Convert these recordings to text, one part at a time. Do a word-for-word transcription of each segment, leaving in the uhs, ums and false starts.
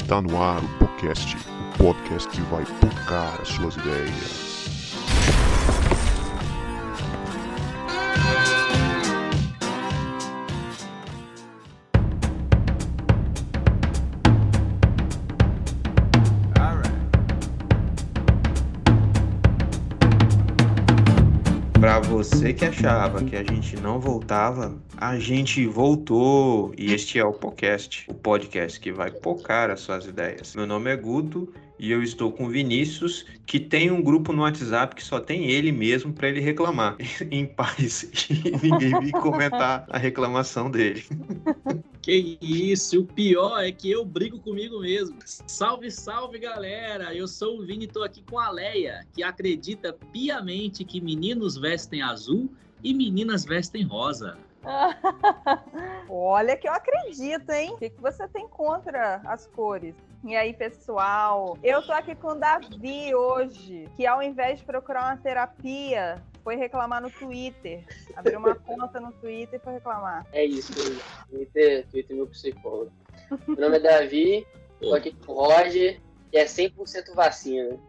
Está no ar o podcast, o podcast que vai tocar as suas ideias. Para você que achava que a gente não voltava, a gente voltou e este é o podcast, o podcast que vai pocar as suas ideias. Meu nome é Guto e eu estou com o Vinícius, que tem um grupo no WhatsApp que só tem ele mesmo para ele reclamar em paz e ninguém vir comentar a reclamação dele. Que isso, o pior é que eu brigo comigo mesmo. Salve, salve, galera! Eu sou o Vini e tô aqui com a Leia, que acredita piamente que meninos vestem azul e meninas vestem rosa. Olha que eu acredito, hein? O que que você tem contra as cores? E aí, pessoal? Eu tô aqui com o Davi hoje, que ao invés de procurar uma terapia, foi reclamar no Twitter. Abriu uma conta no Twitter e foi reclamar. É isso, é isso. Twitter, Twitter é meu psicólogo. Meu nome é Davi, tô aqui com o Roger, que é cem por cento vacina.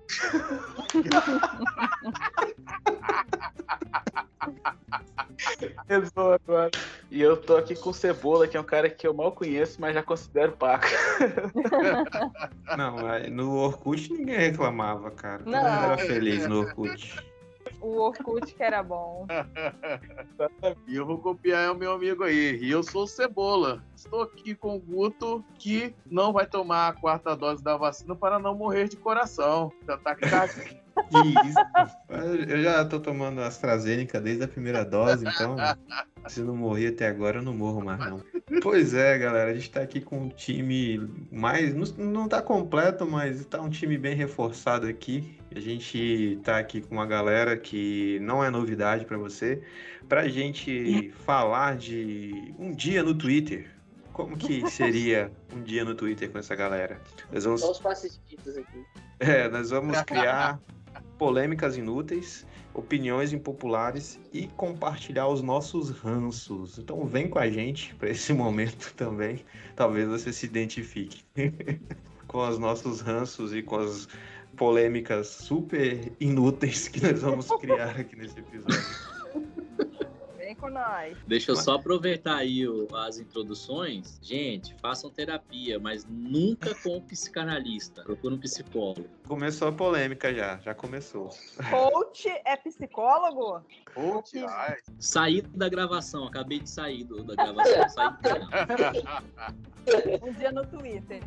Agora. E eu tô aqui com o Cebola, que é um cara que eu mal conheço, mas já considero paca. Não, no Orkut ninguém reclamava, cara. Todo Não. mundo era feliz no Orkut. O Orkut que era bom. E eu vou copiar o meu amigo aí. E eu sou o Cebola. Estou aqui com o Guto, que não vai tomar a quarta dose da vacina para não morrer de coração. Já tá cagado. Que isso? Eu já tô tomando AstraZeneca desde a primeira dose, então se não morrer até agora, eu não morro mais, não. Pois é, galera, a gente tá aqui com um time mais... Não, não tá completo, mas tá um time bem reforçado aqui. A gente tá aqui com uma galera que não é novidade pra você, pra gente falar de um dia no Twitter. Como que seria um dia no Twitter com essa galera? Nós vamos... Só os pacificistas aqui. É, nós vamos criar polêmicas inúteis, opiniões impopulares e compartilhar os nossos ranços. Então vem com a gente para esse momento também. Talvez você se identifique com os nossos ranços e com as polêmicas super inúteis que nós vamos criar aqui nesse episódio. Vem com nós. Deixa eu só aproveitar aí o, as introduções. Gente, façam terapia, mas nunca com um psicanalista. Procura um psicólogo. Começou a polêmica já, já começou. Coach é psicólogo? Putz, ai. Saí da gravação, acabei de sair do, da gravação. Saí do canal. Um dia no Twitter.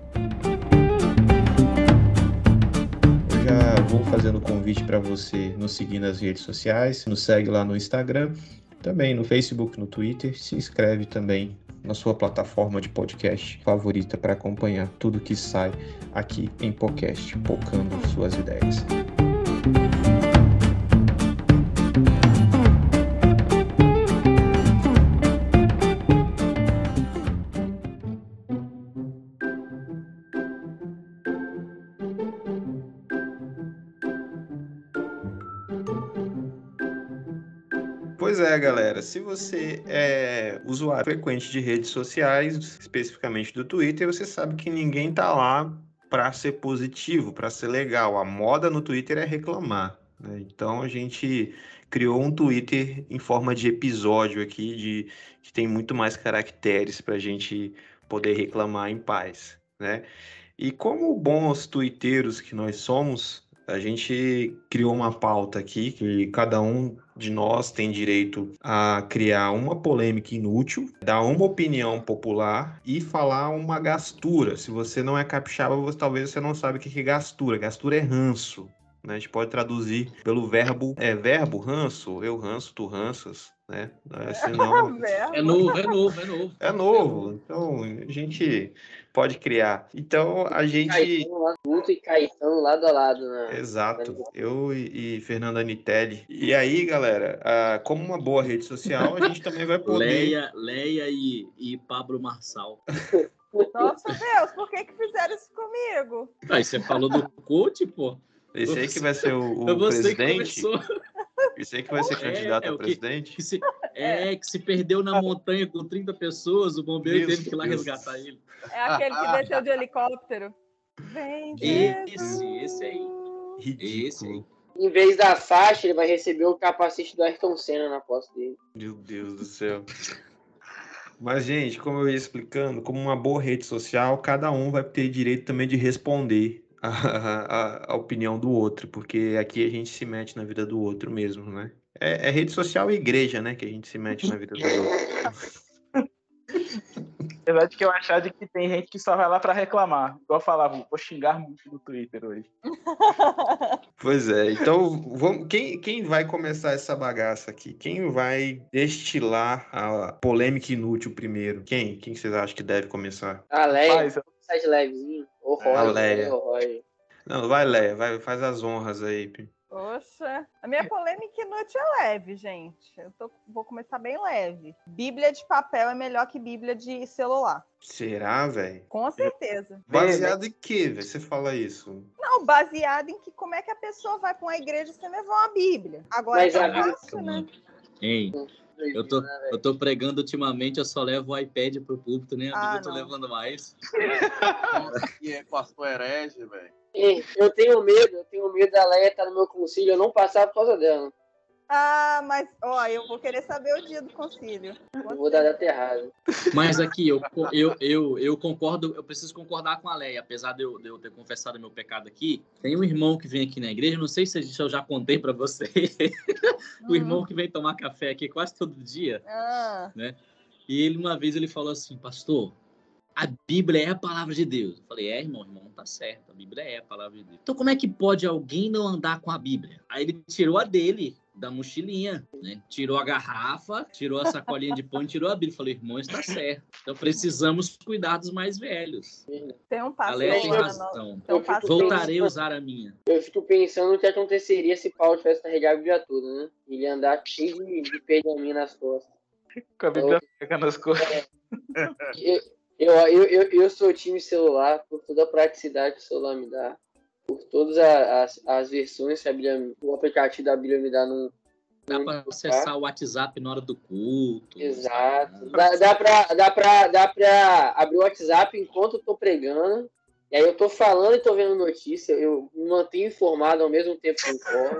Eu já vou fazendo convite para você nos seguir nas redes sociais, nos segue lá no Instagram, também no Facebook, no Twitter, se inscreve também na sua plataforma de podcast favorita para acompanhar tudo que sai aqui em podcast, pocando suas ideias. Pois é, galera, se você é usuário frequente de redes sociais, especificamente do Twitter, você sabe que ninguém tá lá para ser positivo, para ser legal. A moda no Twitter é reclamar, né? Então a gente criou um Twitter em forma de episódio aqui, de, que tem muito mais caracteres para a gente poder reclamar em paz, né? E como bons twitteiros que nós somos, a gente criou uma pauta aqui que cada um de nós tem direito a criar uma polêmica inútil, dar uma opinião popular e falar uma gastura. Se você não é capixaba, você, talvez você não sabe o que é gastura. Gastura é ranço, né? A gente pode traduzir pelo verbo, é verbo, ranço, eu ranço, tu ranças, né? Senão... É novo, é novo, é novo. É novo, então a gente pode criar. Então a gente... Caetano lá, Guto e Caetano lado a lado. Né? Exato, eu e, e Fernanda Nitelli. E aí, galera, ah, como uma boa rede social, a gente também vai poder... Leia, Leia e, e Pablo Marçal. Nossa, Deus, por que que fizeram isso comigo? Aí você falou do coach, pô. Esse aí que vai ser o, o Você presidente? começou... Esse aí que vai ser É, candidato é, a o que- presidente? Que se, É, que se perdeu na montanha com trinta pessoas, o bombeiro Meu teve que ir lá Deus. resgatar ele. É aquele que desceu de helicóptero. Vem, Jesus. Esse, esse aí. Esse aí. Ridículo. Em vez da faixa, ele vai receber o capacete do Ayrton Senna na posse dele. Meu Deus do céu. Mas, gente, como eu ia explicando, como uma boa rede social, cada um vai ter direito também de responder a, a, a opinião do outro, porque aqui a gente se mete na vida do outro mesmo, né? É, é rede social e igreja, né, que a gente se mete na vida do outro. Apesar de que eu achar de que tem gente que só vai lá pra reclamar. Igual eu falava, vou xingar muito no Twitter hoje. Pois é, então vamos, quem, quem vai começar essa bagaça aqui? Quem vai destilar a polêmica inútil primeiro? Quem? Quem vocês acham que deve começar? A Leia, Mas, sai de levezinho. Ô, A Roger, Leia. ô, Roger. Não, vai, Léa, vai, faz as honras aí. Pi. Poxa, a minha polêmica inútil é leve, gente. Eu tô- vou começar bem leve. Bíblia de papel é melhor que Bíblia de celular. Será, velho? Com certeza. Baseado em quê, velho? Você fala isso? Não, baseado em que como é que a pessoa vai para uma igreja sem levar uma Bíblia. Agora Mas é a Bíblia- fácil, né? Mano. Ei, eu tô, eu tô pregando ultimamente, eu só levo o iPad pro púlpito, nem a Bíblia Ah, eu tô não. levando mais. Nossa, que é pastor herege, velho. Ei, Eu tenho medo, eu tenho medo da Leia estar no meu concílio, eu não passar por causa dela. Ah, mas ó, eu vou querer saber o dia do concílio. Eu vou dar data errada. Mas aqui, eu, eu, eu, eu concordo, eu preciso concordar com a Leia, apesar de eu, de eu ter confessado meu pecado aqui. Tem um irmão que vem aqui na igreja, não sei se eu já contei pra você, o Hum. irmão que vem tomar café aqui quase todo dia, Ah, e ele uma vez ele falou assim, pastor, a Bíblia é a palavra de Deus. Eu falei, é, irmão, irmão, tá certo, a Bíblia é a palavra de Deus. Então como é que pode alguém não andar com a Bíblia? Aí ele tirou a dele, da mochilinha, né? Tirou a garrafa, tirou a sacolinha de pão e tirou a Bíblia. Eu falei, irmão, está certo. Então precisamos cuidar dos mais velhos. tem um A pastor Leia tem lá no- razão. tem um Eu fico pastor- Voltarei a usar a minha. Eu fico pensando o que aconteceria se Paulo tivesse carregado a Bíblia toda, né? Ele ia andar cheio de, de pergaminho nas costas. Com a biblioteca nas costas. Eu, eu, eu, eu, eu sou time celular, por toda a praticidade que o celular me dá, por todas a- as, as versões que a Bíblia, o aplicativo da Bíblia me dá no. Dá no- para acessar o WhatsApp na hora do culto. Exato. Dá, dá, pra, dá, pra, dá pra abrir o WhatsApp enquanto eu tô pregando. E aí eu tô falando e tô vendo notícia. Eu me mantenho informado ao mesmo tempo que eu informo.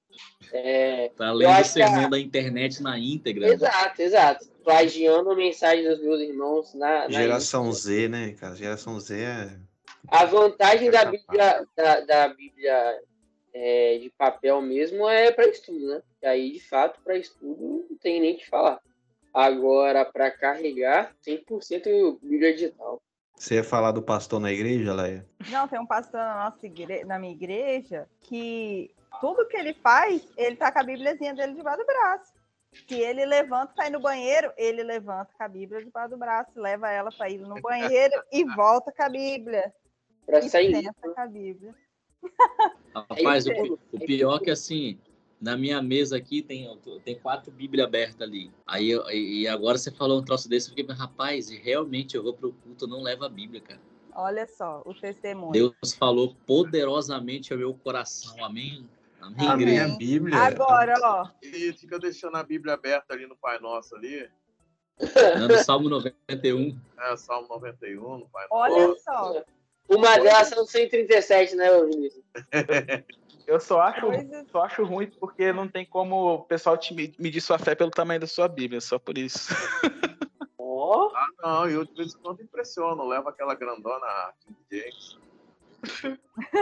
É, Tá Eu lendo o acho que a- sermão da internet na íntegra. exato, exato. Plagiando a mensagem dos meus irmãos na, na Geração Z, né, cara? Geração Z é. A vantagem da Capaz. Bíblia, da, da Bíblia é, de papel mesmo é para estudo, né? E aí, de fato, para estudo não tem nem o que falar. Agora, para carregar, cem por cento Bíblia digital. Você ia falar do pastor na igreja, Leia? Não, tem um pastor na, nossa igre... na minha igreja que tudo que ele faz, ele tá com a bíbliazinha dele debaixo do braço. Se ele levanta, sai no banheiro, ele levanta com a Bíblia debaixo do braço, leva ela para ir no banheiro e volta com a Bíblia. Para E sair. senta com a Bíblia. Rapaz, o, Aí, pi- o pior é que assim, na minha mesa aqui tem, tem quatro Bíblias abertas ali. Aí eu- e agora você falou um troço desse, eu fiquei, rapaz, e realmente eu vou pro culto, eu não levo a Bíblia, cara. Olha só, o testemunho. Deus falou poderosamente ao meu coração, amém? Amém, A Amém. minha igreja? Bíblia. Agora, ó, E fica deixando a Bíblia aberta ali no Pai Nosso ali. No Salmo noventa e um. É, Salmo noventa e um, no Pai Nosso. olha só. Uma delas são cento e trinta e sete, né, ô Vinícius? Eu só acho, Coisa- só acho ruim porque não tem como o pessoal te me- medir sua fé pelo tamanho da sua Bíblia, só por isso. Ó, Ah, não, eu de vez em quando impressiono. Leva aquela grandona King James.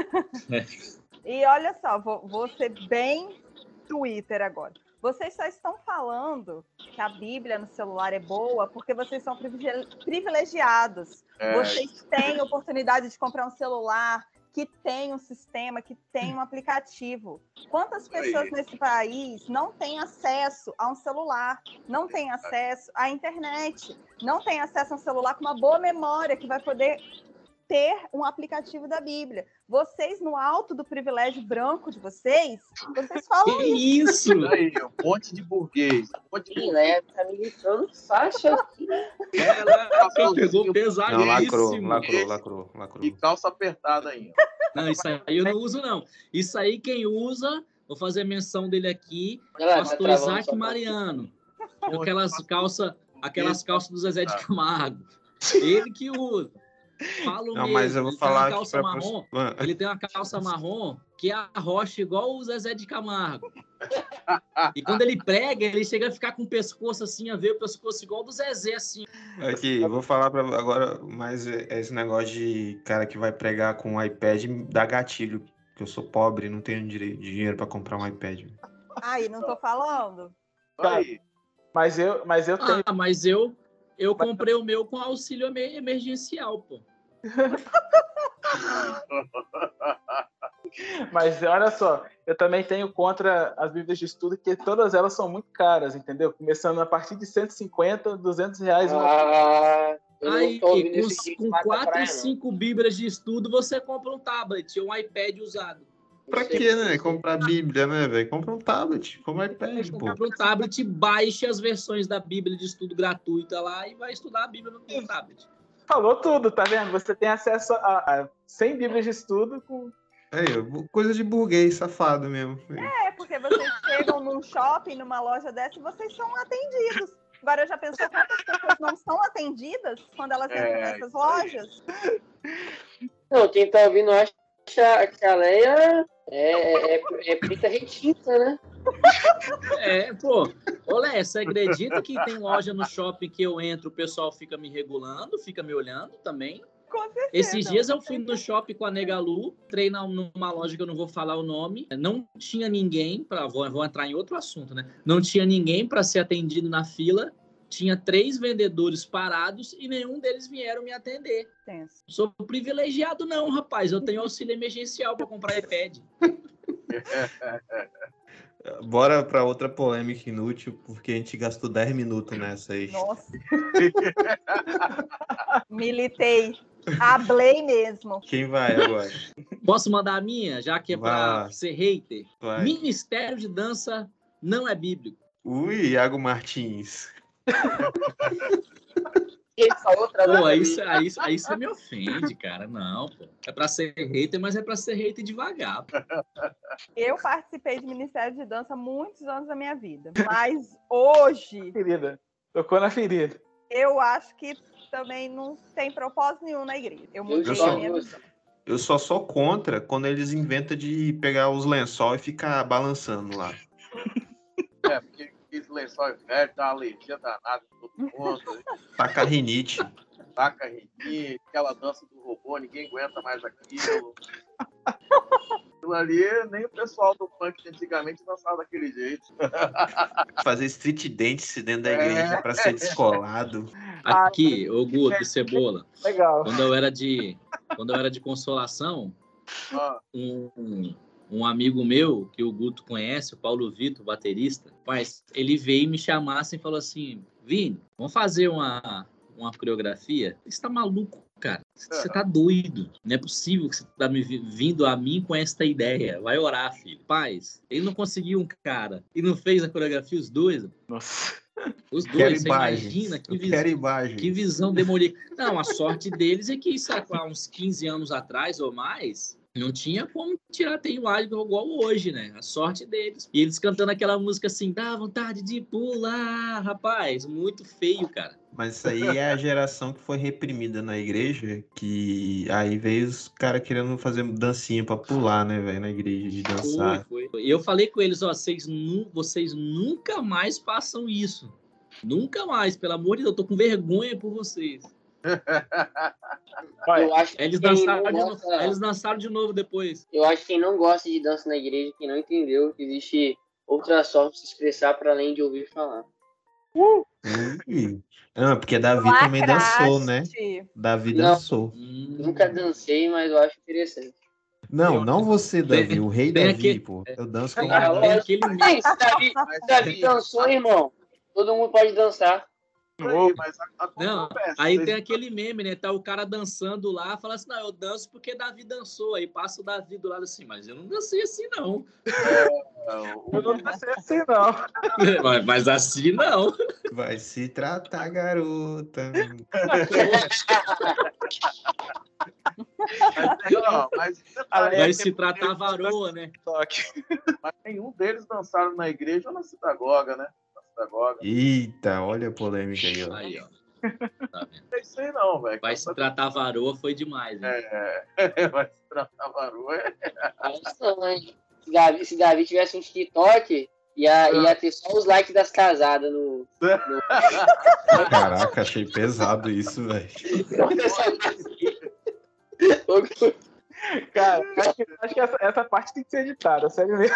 E olha só, vou, vou ser bem Twitter agora. Vocês só estão falando que a Bíblia no celular é boa porque vocês são privile- privilegiados. É, Vocês têm oportunidade de comprar um celular que tem um sistema, que tem um aplicativo. Quantas pessoas Aí. nesse país não têm acesso a um celular, não têm acesso à internet, não têm acesso a um celular com uma boa memória que vai poder ter um aplicativo da Bíblia? Vocês, no alto do privilégio branco de vocês, vocês falam Que isso. isso? aí, um monte de burguês. Um monte de quem leva? Tá militando faixa aqui. Caraca, pegou Não, pesadíssimo. lacrou, lacrou, lacrou, lacrou. E calça apertada ainda. Não, isso aí eu não uso, não. Isso aí quem usa, vou fazer menção dele aqui, Olha lá, tá pastor travando Isaac sua- Mariano. com aquelas calças, aquelas calças do Zezé de Camargo. Ele que usa. Falo Não, mesmo. mas eu vou ele falar tem uma aqui calça pra marrom. você. Ele tem uma calça marrom que arrocha igual o Zezé de Camargo. E quando ele prega, ele chega a ficar com o pescoço assim, a ver o pescoço igual do Zezé, assim. Aqui, eu vou falar pra agora, mas esse negócio de cara que vai pregar com um iPad dá gatilho, porque eu sou pobre, não tenho direito, dinheiro pra comprar um iPad. Aí, não tô falando. Aí, Mas eu, mas eu tenho. Ah, mas eu, eu comprei o meu com auxílio emer- emergencial, pô. Mas olha só, eu também tenho contra as Bíblias de estudo, que todas elas são muito caras, entendeu? Começando a partir de cento e cinquenta, duzentos reais. Uma... Ah, eu não Aí, tô ouvindo com, esse tipo com de quatro praia, e cinco bíblias de estudo, você compra um tablet ou um iPad usado. não. Pra Não sei quê, o né? que Comprar Bíblia, né, velho? Compra um tablet, compra um iPad, pô. Compra um tablet, baixe as versões da Bíblia de estudo gratuita lá e vai estudar a Bíblia no teu tablet. Falou tudo, tá vendo? Você tem acesso a, a cem Bíblias de estudo com. Aí, coisa de burguês, safado mesmo. É, porque vocês chegam num shopping, numa loja dessa, e vocês são atendidos. Agora, já pensou quantas pessoas não são atendidas quando elas entram É, nessas lojas? Não, quem tá ouvindo acha que a Leia é, é, é preta retinta, né? É, pô. Olé, você acredita que tem loja no shopping que eu entro, o pessoal fica me regulando, fica me olhando também? Com certeza. Esses dias eu fui no shopping com a Negalu, entrei na- numa loja que eu não vou falar o nome, não tinha ninguém, pra, vou, vou entrar em outro assunto, né? Não tinha ninguém para ser atendido na fila, tinha três vendedores parados e nenhum deles vieram me atender. Tenso. Sou privilegiado não, rapaz, eu tenho auxílio emergencial para comprar iPad. Bora pra outra polêmica inútil, porque a gente gastou dez minutos nessa aí. Nossa. Militei. Hablei mesmo. Quem vai agora? Posso mandar a minha, já que é Vai para lá. ser hater? Vai. Ministério de dança não é bíblico. Ui, Iago Martins. Ele falou outra Pô, aí, vez. cê- aí, aí você me ofende, cara. Não, pô. É pra ser hater, mas é pra ser hater devagar. Pô. Eu participei de Ministério de Dança há muitos anos da minha vida. Mas hoje, Ferida. Tocou na ferida. eu acho que também não tem propósito nenhum na igreja. Eu mudei só- a minha visão. Eu só sou contra quando eles inventam de pegar os lençóis e ficar balançando lá. é, porque esse lençol velho, tá uma alergia danada em todo mundo, Taca rinite. taca rinite, aquela dança do robô, ninguém aguenta mais aquilo. Aquilo ali, nem o pessoal do punk de antigamente dançava daquele jeito. Fazer street dance dentro da É. igreja pra ser descolado. Aqui, ô Guto e Cebola, Legal. quando eu era de, quando eu era de Consolação, Ó, um, um, um amigo meu, que o Guto conhece, o Paulo Vitor, baterista, mas ele veio me chamar assim, e falou assim, Vini, vamos fazer uma, uma coreografia? Você tá maluco, cara? Você tá doido. Não é possível que você tá me vi- vindo a mim com essa ideia. Vai orar, filho. Paz, ele não conseguiu um cara e não fez a coreografia, os dois. Nossa. Os Quero dois, você imagens. imagina que Eu visão. quero imagens. Que visão demoníaca. Não, a sorte deles é que isso há uns quinze anos atrás ou mais, não tinha como tirar tatuagem igual hoje, né? A sorte deles. E eles cantando aquela música assim, dá vontade de pular, rapaz. Muito feio, cara. Mas isso aí é a geração que foi reprimida na igreja, que aí veio os caras querendo fazer dancinha pra pular, né, velho, na igreja, de dançar. Foi, foi. Eu falei com eles, ó, vocês, nu vocês nunca mais façam isso. Nunca mais, pelo amor de Deus, eu tô com vergonha por vocês. Eu acho que Eles quem dançaram, não de novo, gosta- eles dançaram de novo depois. Eu acho que quem não gosta de dança na igreja, quem não entendeu que existe outras formas de se expressar para além de ouvir falar. Ui. Ah, porque Davi também dançou, né? Lacraste. Davi Não. dançou. Hum. Nunca dancei, mas eu acho interessante. Não, não você, Davi, o rei tem Davi, aquele- pô. Eu danço com Ah, ele. Tem aquele Ei, se Davi, se Davi dançou, irmão, todo mundo pode dançar. aí, mas a, a Não, controvérsia, aí vocês- tem aquele meme, né? Tá o cara dançando lá, fala assim, não, eu danço porque Davi dançou. Aí passa o Davi do lado assim, mas eu não dancei assim, não. Eu não pensei assim, não. mas, mas assim, não. Vai se tratar, garota. Mas, ó, mas, detalhe, Vai é se que tratar eles- varoa, né? Toque. Mas nenhum deles dançaram na igreja ou na sinagoga, né? Na agora. Eita, olha a polêmica aí, ó. Aí, ó. Tá vendo? Não é isso aí não, velho. Vai se tratar varoa foi demais, né? É, vai se tratar varoa. É. Acho não, hein? Se Davi, se Davi tivesse um TikTok, ia, ia ter só os likes das casadas no. no... Caraca, achei pesado isso, velho. Cara, acho que, acho que essa, essa parte tem que ser editada, sério mesmo.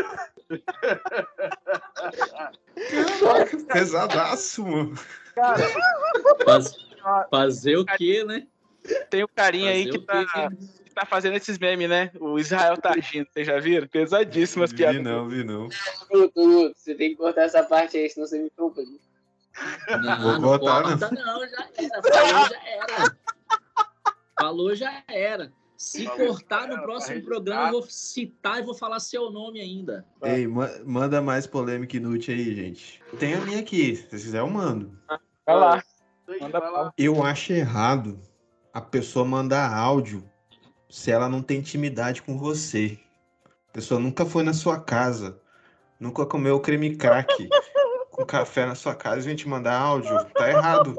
Pesadaço, mano. Cara, Faz- fazer o quê, né? tem o carinha aí Fazer que o tá, quê? que tá fazendo esses memes, né? O Israel tá agindo, vocês já viram? Pesadíssimas Vi piadas. não, vi não. Guto, Guto, você tem que cortar essa parte aí, senão você me culpa. Não, Vou não botar, corta, não, já era. Falou, já era. Falou, já era. Se Falou, cortar já no era, próximo tá programa, eu vou citar e vou falar seu nome ainda. Ei, ma- manda mais polêmica inútil aí, gente. Tem a minha aqui, se vocês quiserem eu mando. Vai lá. Isso aí, Manda vai lá. Eu acho errado a pessoa mandar áudio se ela não tem intimidade com você. A pessoa nunca foi na sua casa, nunca comeu creme crack com café na sua casa e vem te mandar áudio. Tá errado.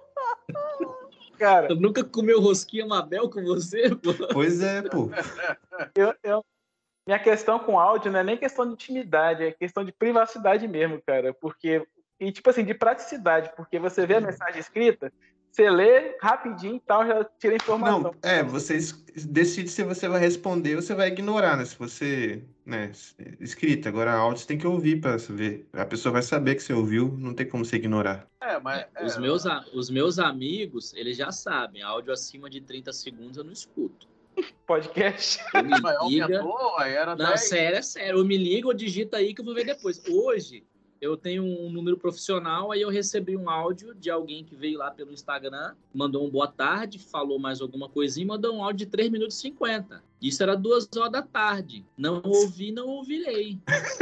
Cara, Eu nunca comeu rosquinha Mabel com você, pô. Pois é, pô. eu, eu- minha questão com áudio não é nem questão de intimidade, é questão de privacidade mesmo, cara. Porque, e tipo assim, de praticidade, porque você vê a mensagem escrita, você lê rapidinho e tal, já tira a informação. Não, é, você es- decide se você vai responder ou você vai ignorar, né? Se você, né, s- escrita. Agora, áudio você tem que ouvir pra ver. A pessoa vai saber que você ouviu, não tem como você ignorar. É, mas. é, Os meus, a- os meus amigos, eles já sabem, áudio acima de trinta segundos eu não escuto. Podcast. Eu me mas liga... aumentou, aí era Não, dez. sério, é sério. Eu me ligo ou digita aí que eu vou ver depois. Hoje, eu tenho um número profissional, aí eu recebi um áudio de alguém que veio lá pelo Instagram, mandou um boa tarde, falou mais alguma coisinha e mandou um áudio de três minutos e cinquenta. Isso era duas horas da tarde. Não ouvi, não ouvirei.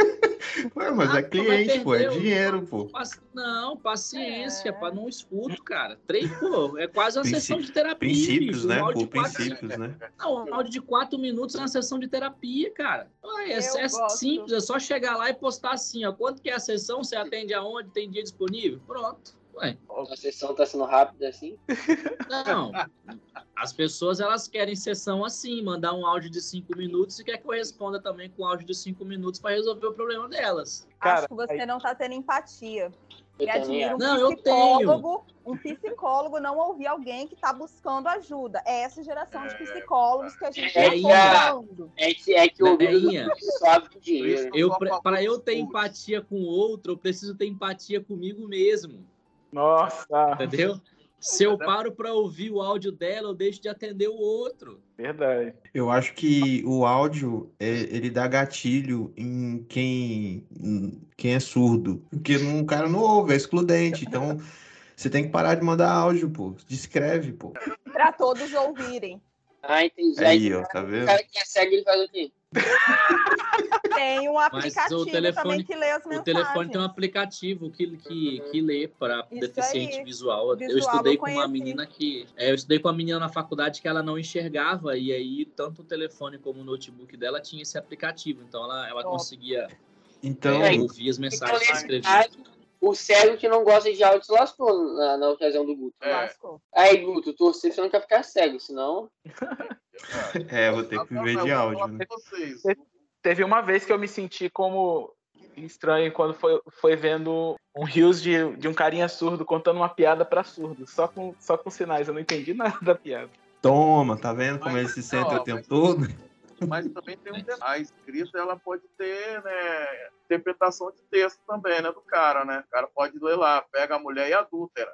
Ué, mas Ah, é tu vai cliente, pô, é perder o- dinheiro, pô. Paci- Não, paciência, É. pá, não escuto, cara. Três, pô, é quase uma Princípio- sessão de terapia. Princípios, bicho. Um né, áudio pô, de quatro- princípios, né? Não, um áudio de quatro minutos é uma sessão de terapia, cara. Ah, É, Eu é gosto. simples, é só chegar lá e postar assim, ó. Quanto que é a sessão? Você atende aonde? Tem dia disponível? Pronto. Ué, A sessão tá sendo rápida assim. não. As pessoas, elas querem sessão assim, mandar um áudio de cinco minutos e quer que eu responda também com áudio de cinco minutos para resolver o problema delas. Cara, Acho que você não tá tendo empatia. Eu Me também admira acho. um Não, eu psicólogo, um psicólogo não ouvir alguém que tá buscando ajuda. É essa geração de psicólogos que a gente É, tá é. formando. É que, é que o ouvido Leinha. sobe com dinheiro. Eu, sou a favor para eu dos ter poucos. empatia com o outro, eu preciso ter empatia comigo mesmo. Nossa, Entendeu? Se eu paro para ouvir o áudio dela, eu deixo de atender o outro. verdade. Eu acho que o áudio, é, ele dá gatilho em quem, em quem é surdo. Porque um cara não ouve, é excludente. Então, você tem que parar de mandar áudio, pô. Descreve, pô. Pra todos ouvirem. Ah, entendi. Aí, Aí, ó, tá o vendo? cara que é cego, ele faz o quê? Tem um Mas aplicativo o telefone- também que lê as O mensagens. telefone tem um aplicativo que, que, que lê para Isso deficiente aí. visual. Visual, Eu estudei eu com uma conheci. menina que. É, eu estudei com uma menina na faculdade que ela não enxergava, e aí tanto o telefone como o notebook dela tinha esse aplicativo. Então ela, ela Top. conseguia Então, é, ouvir as Então, mensagens que nesse escrevia. caso, o cego que não gosta de áudio se lascou na, na ocasião do Guto. É. Lascou. Aí, Guto, torcer você não quer ficar cego, senão. é, vou ter que viver de áudio, né? Vocês. Teve uma vez que eu me senti como estranho quando foi, foi vendo um rios de, de um carinha surdo contando uma piada pra surdo, só com, só com sinais. Eu não entendi nada da piada. Toma, tá vendo como Mas, ele se sente ó, o tempo mas- todo? Mas também tem um detalhe. A escrita, ela pode ter, né, interpretação de texto também, né, do cara, né? O cara pode ler lá, pega a mulher e adúltera.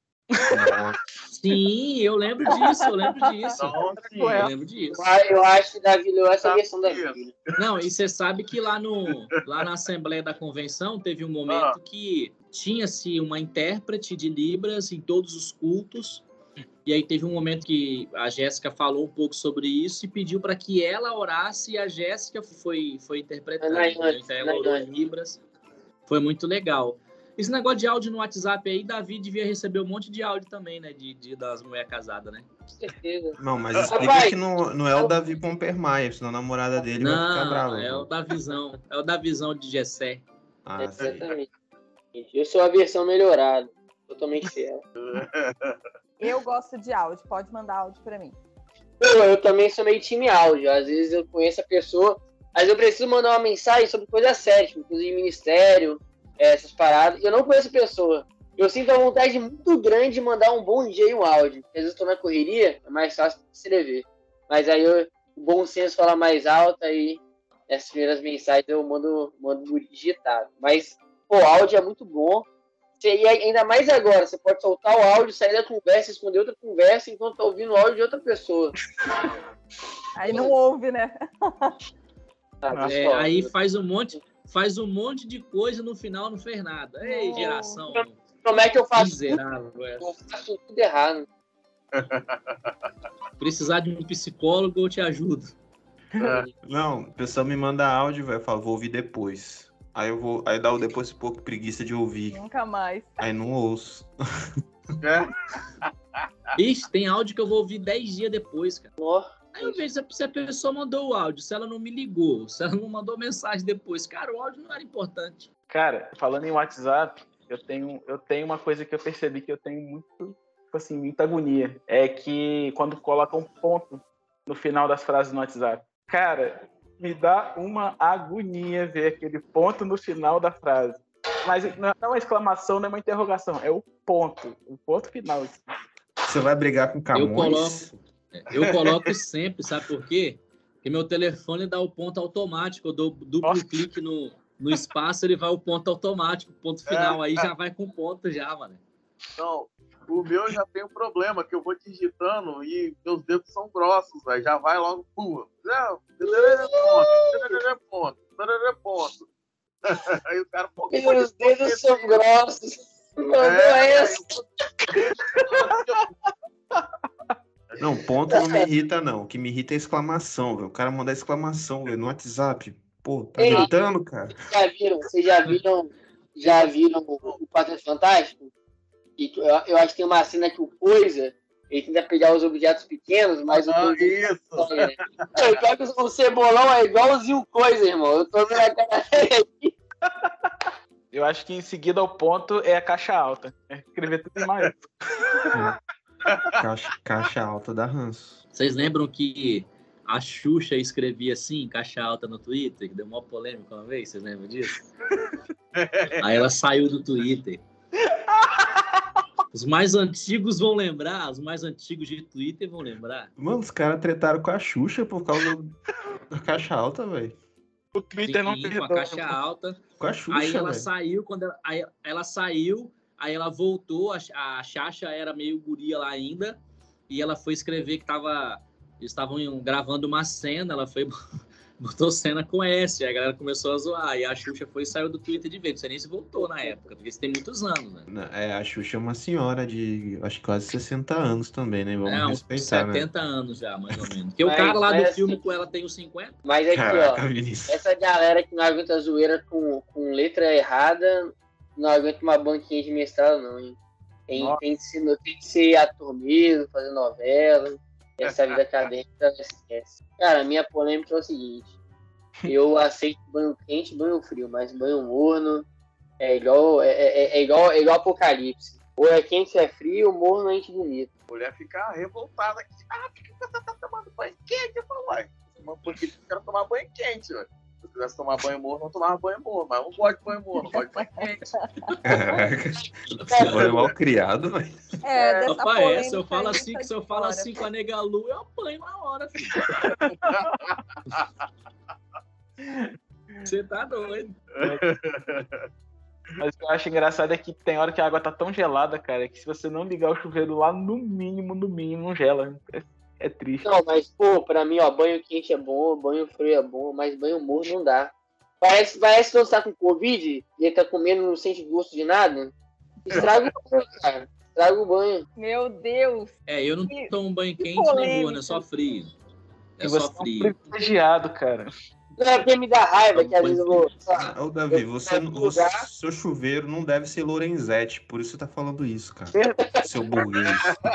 Sim, eu lembro disso, eu lembro disso. Então, assim, Eu lembro disso. Ah, eu acho que Davi leu essa Tá versão da isso. Bíblia. Não, e você sabe que lá, no, lá na Assembleia da Convenção teve um momento Ah. que tinha-se uma intérprete de Libras em todos os cultos. E aí teve um momento que a Jéssica falou um pouco sobre isso e pediu para que ela orasse e a Jéssica foi, foi interpretando. Na Então Irlanda, ela na orou em Irlanda. Libras. Foi muito legal. Esse negócio de áudio no WhatsApp aí, Davi devia receber um monte de áudio também, né? De, de das mulheres casadas, né? Com certeza. Não, mas Rapaz, explica que não, não é o Davi Pompermaia, senão a namorada dele vai ficar Não, brava. é o pô. da visão. É o da visão de Gessé. Ah, sim. Exatamente. Eu sou a versão melhorada. Totalmente fiel. Eu gosto de áudio, pode mandar áudio pra mim. Eu, eu também sou meio time áudio. Às vezes eu conheço a pessoa, mas eu preciso mandar uma mensagem sobre coisa séria, tipo, inclusive ministério, essas paradas. Eu não conheço a pessoa. Eu sinto a vontade muito grande de mandar um bom dia e um áudio. Às vezes eu tô na correria, é mais fácil de escrever. Mas aí eu, o bom senso fala mais alto, aí essas primeiras mensagens eu mando, mando digitado. Mas, pô, áudio é muito bom. E ainda mais agora, você pode soltar o áudio, sair da conversa, esconder outra conversa enquanto tá ouvindo o áudio de outra pessoa. Aí não ouve, né? Ah, É, aí faz um monte, faz um monte de coisa, no final não fez nada. Ei, geração como é que eu faço miserável tudo? essa. Eu faço tudo errado. Precisar de um psicólogo, eu te ajudo. Não, o pessoal me manda áudio, velho, fala, vou ouvir depois. Aí eu vou, aí dá o depois um pouco preguiça de ouvir. Nunca mais. Aí não ouço. Ixi, tem áudio que eu vou ouvir dez dias depois, cara. Ó, Aí eu vejo se a pessoa mandou o áudio, se ela não me ligou, se ela não mandou mensagem depois. Cara, o áudio não era importante. Cara, falando em WhatsApp, eu tenho, eu tenho uma coisa que eu percebi que eu tenho muito, tipo assim, muita agonia. É que quando coloca um ponto no final das frases no WhatsApp. Cara, me dá uma agonia ver aquele ponto no final da frase. Mas não é uma exclamação, não é uma interrogação, é o ponto, o ponto final. Você vai brigar com Camões? Eu coloco, eu coloco sempre, sabe por quê? Porque meu telefone dá o ponto automático, eu dou duplo Nossa. clique no, no espaço, ele vai o ponto automático, ponto final, aí já vai com ponto já, mano. Não, o meu já tem um problema, que eu vou digitando e meus dedos são grossos, véio, já vai logo, pum, não, ponto, ponto, ponto. Aí o cara, pô, e os dedos são grossos. Mandou É, essa. Não, ponto não me irrita, não. O que me irrita é a exclamação, velho. O cara mandar exclamação, velho, no WhatsApp. Pô, tá Ei. gritando, cara? Já viram? Vocês já viram, já viram o, o Quarteto Fantástico? E eu, eu acho que tem uma cena que o Coisa, ele tenta pegar os objetos pequenos, mas Ah, o Coisa... isso. É, eu quero que o Cebolão é igualzinho o Coisa, irmão. Eu tô vendo a cara dele. Eu acho que em seguida ao ponto é a caixa alta. É escrever tudo em maiúsculo. Caixa, caixa alta da ranço. Vocês lembram que a Xuxa escrevia assim, em caixa alta no Twitter, que deu uma polêmica uma vez, vocês lembram disso? Aí ela saiu do Twitter. Os mais antigos vão lembrar, os mais antigos de Twitter vão lembrar. Mano, os caras tretaram com a Xuxa por causa da caixa alta, velho. O Twitter não Sim, tem com a caixa alta. Com a Xuxa, Aí ela velho. saiu, quando ela, aí ela saiu, aí ela voltou, a, a Xaxa era meio guria lá ainda, e ela foi escrever que tava, eles estavam gravando uma cena, ela foi, botou cena com S, aí a galera começou a zoar, e a Xuxa foi e saiu do Twitter de vez, não sei nem se voltou na época, porque isso tem muitos anos, né? Não, É, a Xuxa é uma senhora de, acho que quase sessenta anos também, né? Vamos É, uns respeitar, né? setenta anos já, mais ou menos. Porque o Mas- cara lá do mas filme assim- com ela tem os cinquenta. Mas aqui, Caraca, ó. Vinícius. Essa galera que não aguenta zoeira com, com letra errada, não aguenta uma banquinha de mestrado, não, hein? Tem, Nossa. tem, que ser, tem que ser ator mesmo, fazer novela. Essa vida acadêmica, esquece. Cara, minha polêmica é o seguinte. Eu aceito banho quente e banho frio, mas banho morno é igual, é, é, é igual, é igual apocalipse. Ou é quente ou é frio, morno a gente bonito. A mulher fica revoltada aqui. Ah, por que você tá tomando banho quente? Eu falo, uai, porque eu quero tomar banho quente, ué. Se eu quisesse tomar banho morno, não tomava banho morno. Mas eu não gosto de banho morno, eu gosto de banho quente. Caraca. Você foi mal criado, velho. É, dessa Rapaz, é, se eu polêmica falo aí, assim, tá que se eu de falo fora. assim com a nega Lu, eu apanho na hora, filho. Você tá doido. Mas o que eu acho engraçado é que tem hora que a água tá tão gelada, cara, que se você não ligar o chuveiro lá, no mínimo, no mínimo, não gela. É, é triste. Não, mas, pô, pra mim, ó, banho quente é bom, banho frio é bom, mas banho morno não dá. Parece, parece que você tá com Covid e ele tá comendo e não sente gosto de nada. Estraga o banho, cara. Estraga o banho. Meu Deus. É, eu não Que- tomo banho que quente nem polêmica. morno, é só frio. É E só você é um frio. privilegiado, cara. Não é porque me dá raiva, que às vezes eu vou... sei lá, Ô, Davi, Eu você, vou você- lugar. seu chuveiro não deve ser Lorenzetti, por isso você tá falando isso, cara. Seu burguês.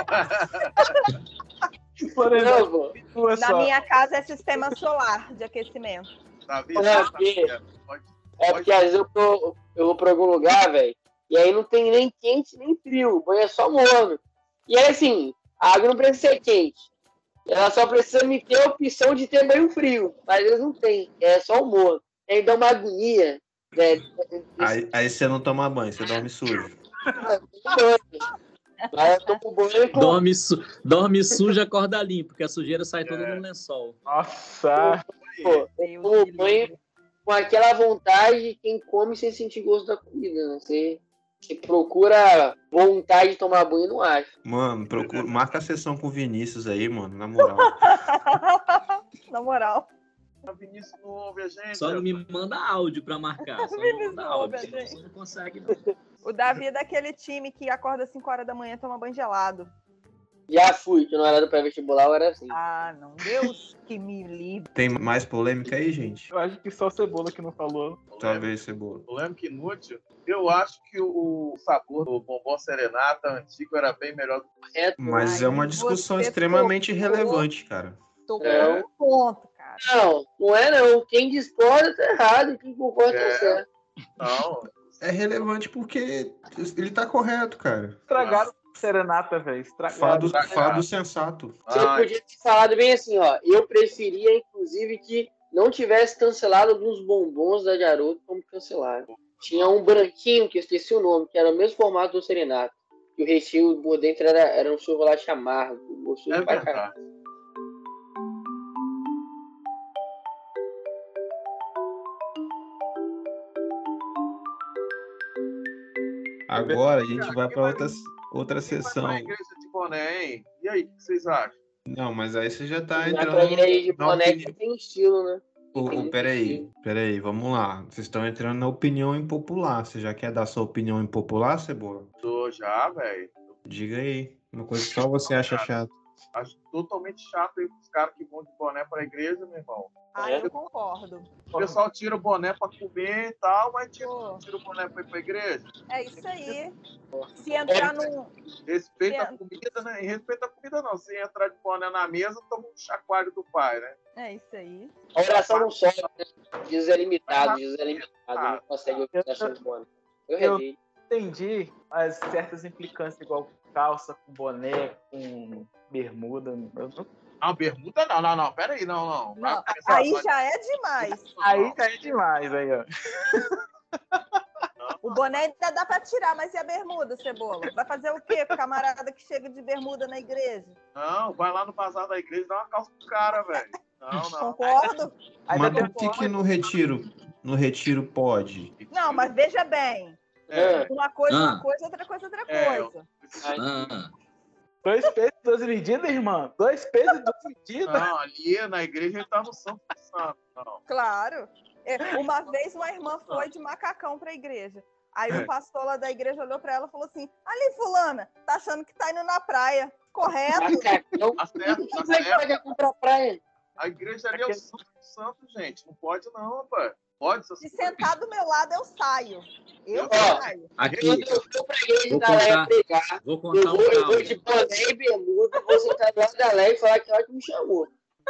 Por exemplo, Não, pô. duas Na só. minha casa é sistema solar de aquecimento. Tá vendo? Não, porque- Pode- É porque às vezes eu, tô, eu vou pra algum lugar, velho, E aí não tem nem quente nem frio, o banho é só morno. E aí assim, a água não precisa ser quente. Ela só precisa me ter a opção de ter banho frio. Mas eles não têm, é só o morno. Aí dá uma agonia. Né? Aí, aí você não toma banho, você dorme sujo. Aí eu tomo banho com... Dorme, su... Dorme sujo, acorda limpo, porque a sujeira sai toda no lençol. Nossa! Pô, eu tomo banho com aquela vontade de quem come sem sentir gosto da comida, né? Você, você procura vontade de tomar banho e não acha. Mano, procura, marca a sessão com o Vinícius aí, mano, na moral. Na moral. A Vinícius não ouve a gente. Só não me manda áudio pra marcar. Só não manda áudio, senão você não consegue, não. O Davi é daquele time que acorda às cinco horas da manhã e toma banho gelado. Já fui, que não era do pré-vestibular, eu era assim. Ah, não. Deus que me livre. Tem mais polêmica aí, gente? Eu acho que só o Cebola que não falou. Talvez, Cebola. Polêmica inútil. Eu acho que o sabor do bombom serenata antigo era bem melhor do que É, Mas Ai, é uma discussão você extremamente tocou. relevante, cara. Tô É. com um ponto, cara. não, não é não. Quem discorda tá errado, quem concorda tá É. certo. não. É relevante porque ele tá correto, cara. Estragaram a serenata, velho. Fado, Estragaram. fado sensato. Você Ai, podia ter falado bem assim, ó. Eu preferia, inclusive, que não tivesse cancelado alguns bombons da Garoto como cancelaram. Tinha um branquinho, que eu esqueci o nome, que era o mesmo formato do Serenato. E o recheio por dentro era, era um chocolate amargo. Gostoso é pra caralho. verdade. Agora a gente vai pra outra, outra Quem vai sessão. pra igreja de boné, hein? E aí, o que vocês acham? Não, mas aí você já tá Vai entrando. pra igreja de na boné opinião. que tem estilo, né? Ô, Tem ô, muito peraí, estilo. peraí, vamos lá. Vocês estão entrando na opinião impopular. Você já quer dar sua opinião impopular, Cebola? Tô já, velho. Diga aí. Uma coisa que só você acha chato. Acho totalmente chato aí os caras que vão de boné pra igreja, meu irmão. Ah, eu concordo. O pessoal tira o boné pra comer e tal, mas tira, Pô. tira o boné pra ir pra igreja. É isso aí. Se entrar num. Respeita É. a comida, né? E respeita a comida não. Se entrar de boné na mesa, toma um chacoalho do pai, né? É isso aí. A oração não sobe, né? Jesus é limitado, Jesus é limitado. Não consegue ouvir oração de boné. Eu Eu- rezei. Entendi as certas implicâncias, igual calça, com boné, com bermuda. Eu não- Ah, bermuda não, não, não. Pera aí, não, não. Vai Não, começar aí a- já é demais. Aí já é demais, aí, ó. O boné ainda dá pra tirar, mas e a bermuda, Cebola? Vai fazer o quê com o camarada que chega de bermuda na igreja? Não, vai lá no bazar da igreja e dá uma calça pro cara, velho. Não, não. Concordo? Aí Mas vai ter por que que no retiro, no retiro pode? Não, mas veja bem. É, Uma coisa, Ah. uma coisa, outra coisa, outra É, coisa. Ah, dois pesos e duas medidas, irmã. Dois pesos e duas medidas. não, ali na igreja ele tá no santo do santo. Não. Claro. É, uma vez uma irmã foi de macacão pra igreja. Aí o pastor lá da igreja olhou pra ela e falou assim: ali, fulana, tá achando que tá indo na praia. Correto? Macacão. Tá certo, tá Como é que certo. pode ir pra praia? A igreja ali é o santo do santo, gente. Não pode não, rapaz. Pode essas Se coisas. sentar do meu lado, eu saio. Eu Ó. saio. aqui, Quando eu for pra igreja Vou da Léia contar. pregar, vou eu contar um vou, eu vou de caos. boné e bermuda, vou sentar do lado da Léia e falar que ela que me chamou.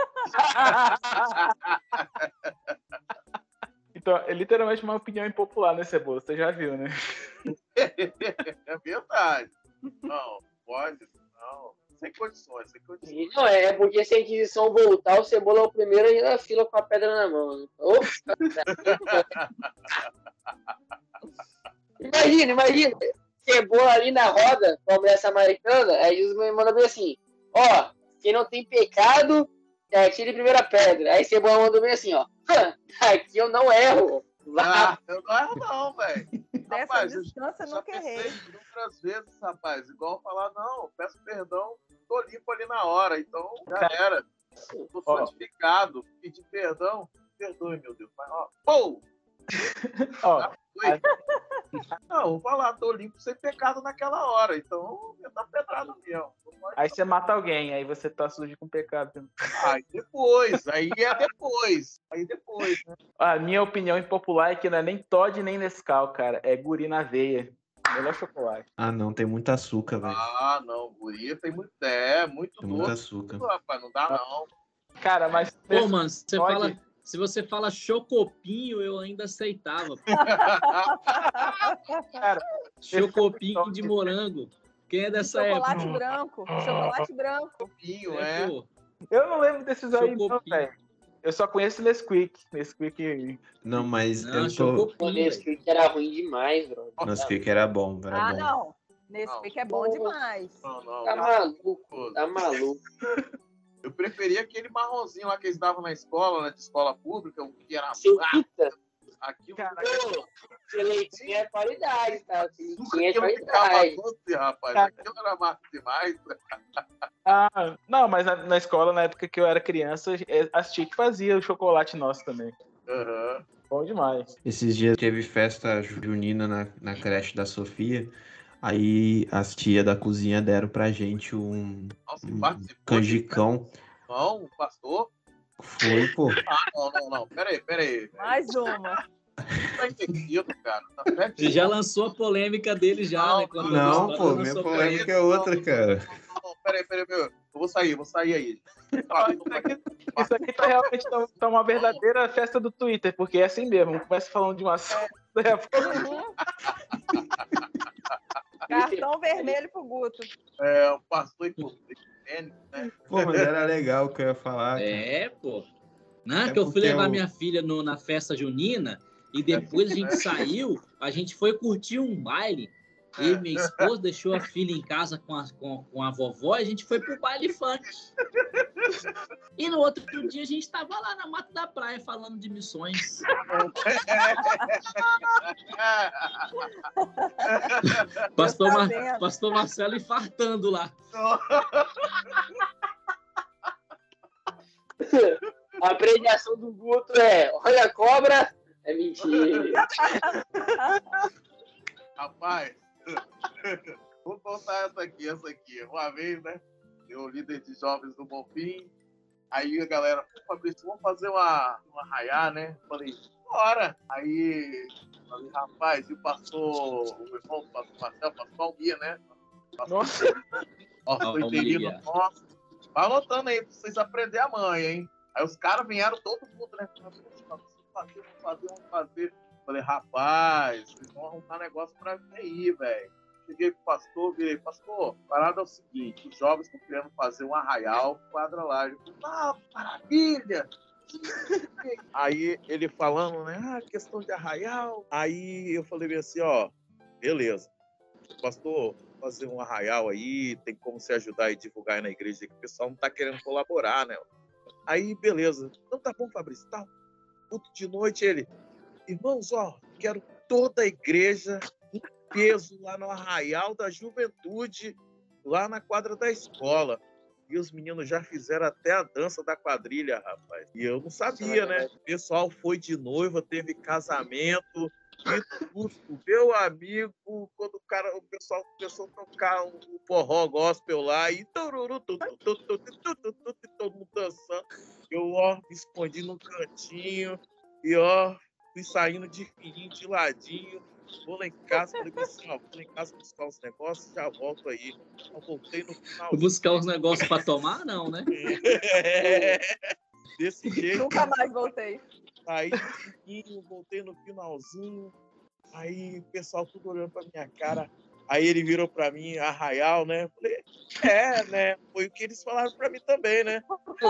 Então, é literalmente uma opinião impopular, né, Cebola? Você já viu, né? É verdade. Não, pode. Não. Sem condições, sem condições. Não, é porque se a Inquisição voltar, o Cebola é o primeiro a ir na fila com a pedra na mão. Né? Opa! Imagina, imagina. Cebola ali na roda, com a mulher samaritana, aí Jesus me manda bem assim, ó, quem não tem pecado, é, tire a primeira pedra. Aí Cebola mandou bem assim, ó, aqui eu não erro. Vá. Ah, eu não erro não, velho. Dessa Rapaz, eu distância, eu já nunca errei. pensei outras vezes, rapaz. Igual falar, não, peço perdão, tô limpo ali na hora. Então, já era. Tô Ó. santificado, pedi perdão. Perdoe, meu Deus. Mas, ó, pô! Ó, Oi. Não, vou falar, tô limpo sem pecado naquela hora. Então, eu tá pedrado mesmo. Não pode aí você mata alguém, aí você tá sujo com pecado. Aí depois, aí é depois. Aí depois, né? A minha opinião impopular é que não é nem Todd nem Nescau, cara. É guri na veia. Melhor chocolate. Ah, não, tem muito açúcar, velho. Ah, não, guria tem muito. É, muito Tem muito doce, açúcar. rapaz. Não dá, não. Cara, mas Pô, mano, você Pode. fala, se você fala chocopinho, eu ainda aceitava. Cara, Chocopinho de morango. Quem é dessa Chocolate época? branco. Chocolate branco. Copinho, É, é. pô. eu não lembro desses aí, não, Chocopinho. velho. Eu só conheço Nesquik. Nesquik. Não, mas Não, eu tô... O chocopinho, velho. Nesquik era ruim demais, bro. Nesquik era bom, era Ah, bom. não. Nesquik é bom demais. Não, não. Tá maluco, tá maluco. Eu preferia aquele marronzinho lá que eles davam na escola, né, de escola pública, o que era Silquita. aquilo. Caraca. Pô, esse leitinho é qualidade, tá? Esse Nunca leitinho é que eu ficava qualidade. doce, rapaz. Cara. Aquilo era massa demais. Ah, não, mas na, na escola, na época que eu era criança, é, a tia que fazia o chocolate nosso também. Uhum. Bom demais. Esses dias teve festa junina na, na creche da Sofia. Aí as tias da cozinha deram pra gente um, Nossa, um participou. canjicão. Não, pastor. Foi, pô. Ah, não, não, não. Pera aí, pera aí. Mais uma. Tá entendido, cara. Tá certo? Ele já lançou a polêmica dele já, Não, né? Quando Não, ele pô, lançou minha a polêmica é outra, cara. Não, não, pera aí, pera aí, meu. Eu vou sair, vou sair aí. Ah, não vai- Isso aqui tá realmente tá, tá uma verdadeira festa do Twitter, porque é assim mesmo. Começa falando de uma assunto. Cartão vermelho pro Guto. É, o pastor hipotecênico, né? Pô, mas era legal o que eu ia falar. cara. É, pô. Não, É que eu fui porque levar eu- minha filha no- na festa junina e depois a gente saiu, a gente foi curtir um baile. Eu e minha esposa deixou a filha em casa com a, com, com a vovó e a gente foi pro baile funk. E no outro dia a gente tava lá na Mata da Praia falando de missões. Pastor, Tá Mar- vendo? Pastor Marcelo infartando lá. A pregação do Guto é: olha a cobra. É mentira. Rapaz, vou contar essa aqui, essa aqui. Uma vez, né? Eu, líder de jovens do Bonfim, aí a galera, pô, Fabrício, vamos fazer uma, uma arraiá, né? Falei, bora! Aí, falei, rapaz, e o pastor, o irmão, o pastor Marcelo, o pastor Almir, né? Pastor, Nossa, nossa, tô entendendo, Almir. nossa. Vai anotando aí pra vocês aprenderem amanhã, hein? Aí os caras vieram todo mundo, né? Vamos fazer, vamos fazer, vamos fazer. Falei, rapaz, vocês vão arrumar negócio pra mim aí, velho. Cheguei pro pastor, virei, pastor, a parada é o seguinte, os jovens estão querendo fazer um arraial, quadra lá. Eu falei, ah, maravilha! Aí ele falando, né, ah, questão de arraial. Aí eu falei assim, ó, beleza. Pastor, fazer um arraial aí, tem como se ajudar e divulgar aí na igreja, que o pessoal não tá querendo colaborar, né? Aí, beleza. Então tá bom, Fabrício, tá. Culto de noite, ele, irmãos, ó, quero toda a igreja em peso lá no Arraial da Juventude, lá na quadra da escola. E os meninos já fizeram até a dança da quadrilha, rapaz. E eu não sabia, né? O pessoal foi de noiva, teve casamento, e tudo. Meu amigo, quando o cara, o pessoal começou a tocar o um forró gospel lá, e tururu, tu, tu, tu, tu, tu, tu, tu, tu, todo mundo dançando. Eu, ó, me escondi no cantinho, e ó, fui saindo de fininho, de ladinho. Vou lá em casa, falei assim, ó, vou lá em casa buscar os negócios, já volto aí. Eu voltei no final. Buscar os negócios pra tomar, não, né? É, desse jeito. Nunca mais voltei. Aí, fininho, voltei no finalzinho. Aí o pessoal tudo olhando pra minha cara. Aí ele virou pra mim, arraial, né? Eu falei, é, né? Foi o que eles falaram pra mim também, né?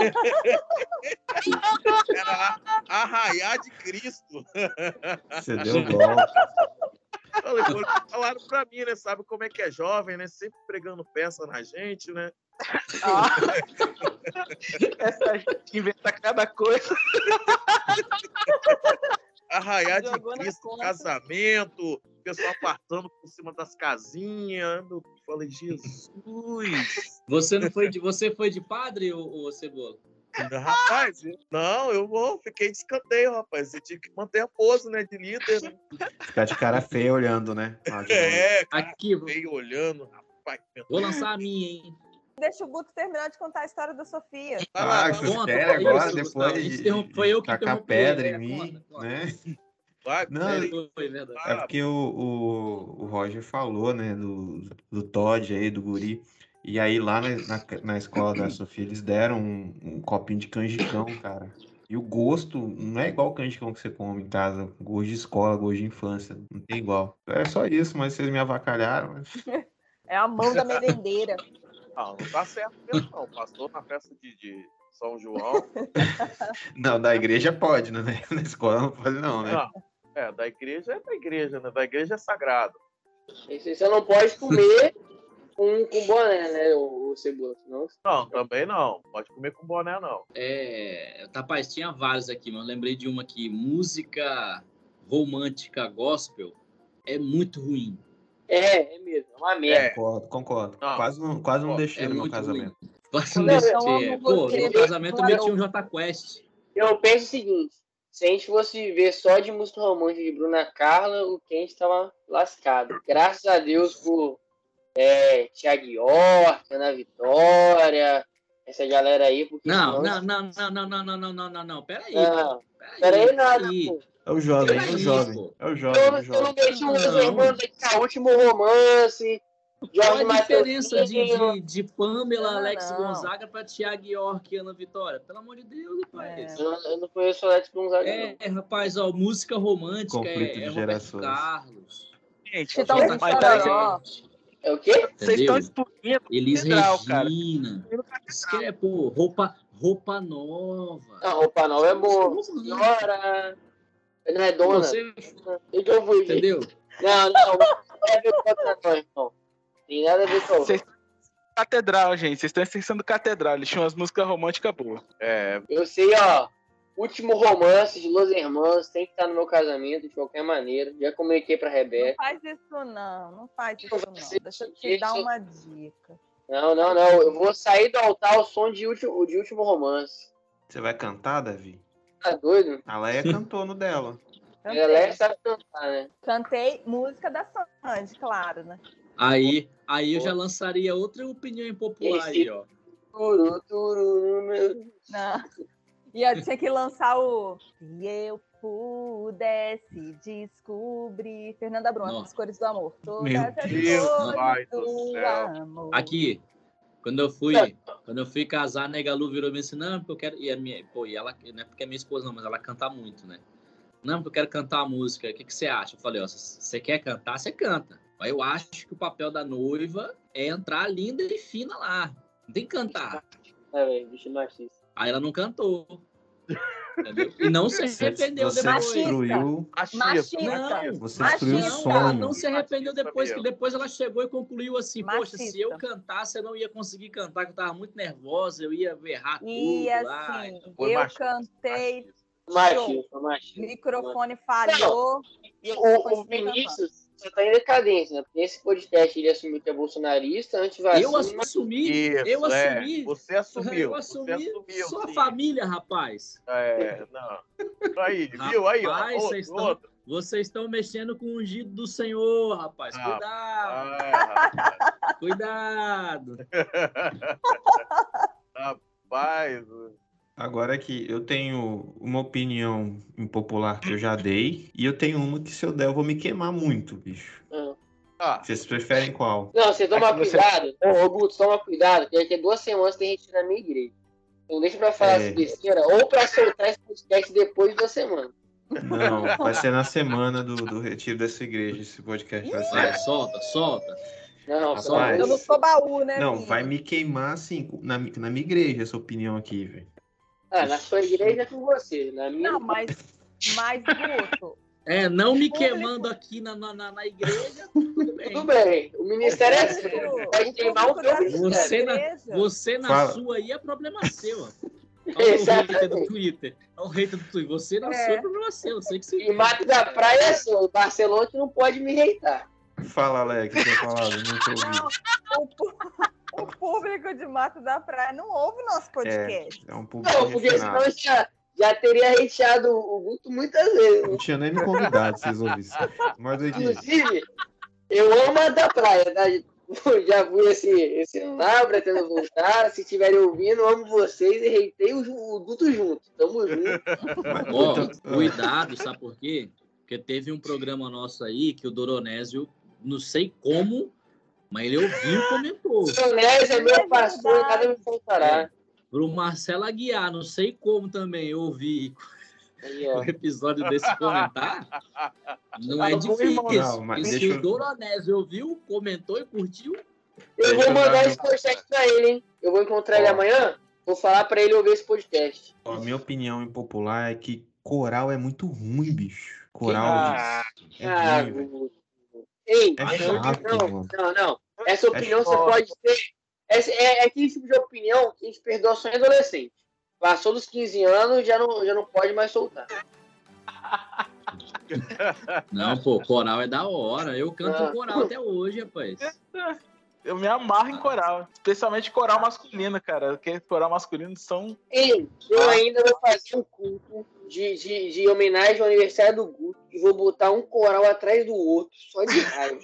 Era arraiar de Cristo. Você deu golpe. Falei, foi o que falaram pra mim, né? Sabe como é que é jovem, né? Sempre pregando peça na gente, né? ah, essa gente inventa cada coisa. Arraiar de Jogou na Cristo, conta. casamento, o pessoal passando por cima das casinhas. Eu falei, Jesus! Você não foi de, você foi de padre, ô, ô Cebola? Rapaz, eu- não, eu vou, fiquei de escanteio, rapaz. Eu tive que manter a pose, né, de líder. Né? Ficar de cara feia olhando, né? Ah, de longe. É, cara, Aqui, vou veio olhando, rapaz. meu vou Deus. lançar a minha, hein? Deixa o Guto terminar de contar a história da Sofia. Vai lá, Ah, vai vocês lá, Conta, querem conta agora, isso, depois Gustavo. A gente de, interrom- foi eu que tacar interrompi pedra ele, em é, mim, conta, conta. né? vai, Não, peraí. Foi, foi verdade. É porque o, o, o Roger falou, né, do, do Todd aí, do guri. E aí lá na, na, na escola da Sofia eles deram um, um copinho de canjicão, cara. E o gosto não é igual o canjicão que você come em casa. Gosto de escola, gosto de infância. Não tem igual. É só isso, mas vocês me avacalharam. Mas... É a mão da merendeira. Não, não tá certo mesmo, não. Passou na festa de, de São João. Não, da igreja pode, né? Na escola não pode, não, né? Não. É, da igreja é da igreja, né? Da igreja é sagrado. Esse você não pode comer com, com boné, né, o, o Cebola? Senão... Não, também não. Pode comer com boné, não. É, rapaz, tinha vários aqui, mas eu lembrei de uma aqui. Música romântica gospel é muito ruim. É, é mesmo. É uma merda. É. Concordo, concordo. Não. Quase não, quase não deixei É no meu muito casamento. ruim. Quase não Não, deixei. eu amo Pô, você, no casamento eu Barão. meti um J Quest. Eu penso o seguinte, se a gente fosse ver só de música romântica de Bruna Carla, o Quente tava lascado. Graças a Deus por é, Thiago York, Ana Vitória, essa galera aí. Porque Não, senão- não, não, não, não, não, não, não, não, não. Peraí. Não, Peraí, peraí nada, peraí. pô. É o jovem, é o Peraí, jovem. pô. É o jovem, é Eu, o eu não jovem. deixo um Não. irmãos aqui, a último romance, Qual Jorge a diferença de, Matheusinho. de, de Pamela, Não, Alex não. Gonzaga pra Thiago York e Ana Vitória? Pelo amor de Deus, rapaz. Eu, não- eu não conheço o Alex Gonzaga, É, não. rapaz, ó, música romântica Conflito é, de é Roberto gerações. Carlos. Gente, Você tá Jota ouvindo mas tá chororó? É o quê? vocês estão Entendeu? explodindo Elis catedral, cara. Regina. Isso que é, pô, roupa, roupa nova. A roupa nova é boa. Roupa nova. Senhora. Não é Pô, dona. você, Eu que eu fui. entendeu? Não, não, não tem a ver com outra não, irmão. Tem nada a ver com Vocês catedral, gente. Vocês estão esquecendo catedral. Eles tinham umas músicas românticas boas. É, Eu sei, ó. Último romance de Los Hermanos tem que estar no meu casamento de qualquer maneira. Já comuniquei pra Não Rebeca. faz isso não, não faz isso não. Deixa eu te Isso. dar uma dica. Não, não, não. Eu vou sair do altar ao som de último, de último romance. Você vai cantar, Davi? Tá doido? A Leia cantou no dela. A Cantei, galera sabe cantar, né? Cantei música da Sandy, claro, né? Aí, aí eu já lançaria outra opinião impopular aí, ó. Turu, turu, meu... Não. E eu tinha que lançar o Se eu pudesse descobrir Fernanda Bruna, Nossa. As Cores do Amor. Todas Meu as Deus, cores pai do do céu. amor. Aqui, quando eu fui, quando eu fui casar, a Nega Lu virou e me disse, não, porque eu quero. E a minha, pô, e ela, não é porque é minha esposa, não, mas ela canta muito, né? Não, porque eu quero cantar a música. O que, que você acha? Eu falei, ó, se você quer cantar, você canta. Aí eu acho que o papel da noiva é entrar linda e fina lá. Não tem que cantar. É, velho, bicho machista. Aí ela não cantou. Entendeu? E não se Você, arrependeu você depois. destruiu, machista. Machista. Não, você Machista. destruiu o Não, ela sonho. não se arrependeu Machista depois, que mesmo. depois ela chegou e concluiu assim, poxa, se eu Machista. cantasse, eu não ia conseguir cantar, que eu tava muito nervosa, eu ia errar tudo. E lá. assim, Foi eu machista, cantei, Machista, o machista. microfone falhou. E eu O, o continuei cantando. Vinícius só tá em decadência, né? Porque nesse podcast ele assumiu que é bolsonarista, antivacina. Eu assumi, Isso, eu é. assumi. Você assumiu. Eu Você assumi assumiu, sua sim. família, rapaz. É, não. Aí, viu? Aí, ó. Rapaz, Outro, vocês estão- outro. Vocês estão mexendo com o ungido do Senhor, rapaz. Ah, Cuidado, Ah, rapaz. cuidado. Rapaz. Agora que eu tenho uma opinião impopular que eu já dei, e eu tenho uma que se eu der eu vou me queimar muito, bicho. Ah. Ah, Vocês preferem qual? Não, você toma Aqui você- cuidado. Ô, ô, Guto, toma cuidado, que daqui a duas semanas tem retiro na minha igreja. Então deixa pra falar É. essa besteira, ou pra soltar esse podcast depois de duas semanas. Não, vai ser na semana do, do retiro dessa igreja, esse podcast vai Vai, ser. solta, solta. Não, Rapaz. pelo amor de Eu não Deus. sou baú, né? Não, Vini? vai me queimar assim, na, na minha igreja, essa opinião aqui, velho. Ah, na sua igreja é com você, na minha Não, mas, mas Guto, É, não me Público. queimando aqui na, na, na- na igreja, tudo bem. tudo bem. O ministério é seu. público- Pode o queimar o público meu da ministério. Você na, igreja. você na Fala. sua aí é problema seu, ó. Olha o hater do Exatamente. Twitter. Olha o hater do Twitter. Você na É. sua é problema seu. Eu sei que você. E Mato da Praia é seu. O Barcelona que não pode me reitar. Fala, Alex, o que você falava, não tô ouvindo. Não, o, pu- o público de Mato da Praia não ouve nosso podcast. É um público Não, porque senão refinado. já, já teria reiteado o Guto muitas vezes. Não tinha nem me convidado, se vocês ouvissem. Mas aí, Inclusive, eu amo a da praia, tá? Já fui esse, esse lá, pretendo voltar. Se estiverem ouvindo, amo vocês e reitei o, Ju- o Guto junto. Tamo junto. Ó, Então, cuidado, sabe por quê? Porque teve um programa nosso aí que o Doronésio, não sei como, mas ele ouviu e comentou. O Nés é meu pastor e nada me faltará. pro Marcelo Aguiar, não sei como também eu ouvi Aí, o ó. episódio desse comentário, não Tá é no bom, irmão. difícil. Não, mas E se deixa o eu- Doronésio ouviu, comentou e curtiu, Eu Deixa vou eu dar mandar meu- esse podcast pra ele, hein? Eu vou encontrar ele Ó. amanhã. Vou falar pra ele ouvir esse podcast. Ó, a minha opinião impopular é que coral é muito ruim, bicho. Coral Ah, é Ah, ruim, velho. Guto. Ei, É não, chato, não, mano. não, não. Essa opinião você chato. pode ter. Essa, é, é aquele tipo de opinião que a gente perdoa só em adolescente. Passou dos quinze anos, já não, já não pode mais soltar. não, pô, coral é da hora. Eu canto Ah. coral até hoje, rapaz. eu me amarro em coral. Especialmente coral masculino, cara. Porque coral masculino são. Ei, eu ainda vou fazer um culto de, de, de homenagem ao aniversário do Guto e vou botar um coral atrás do outro, só de raiva.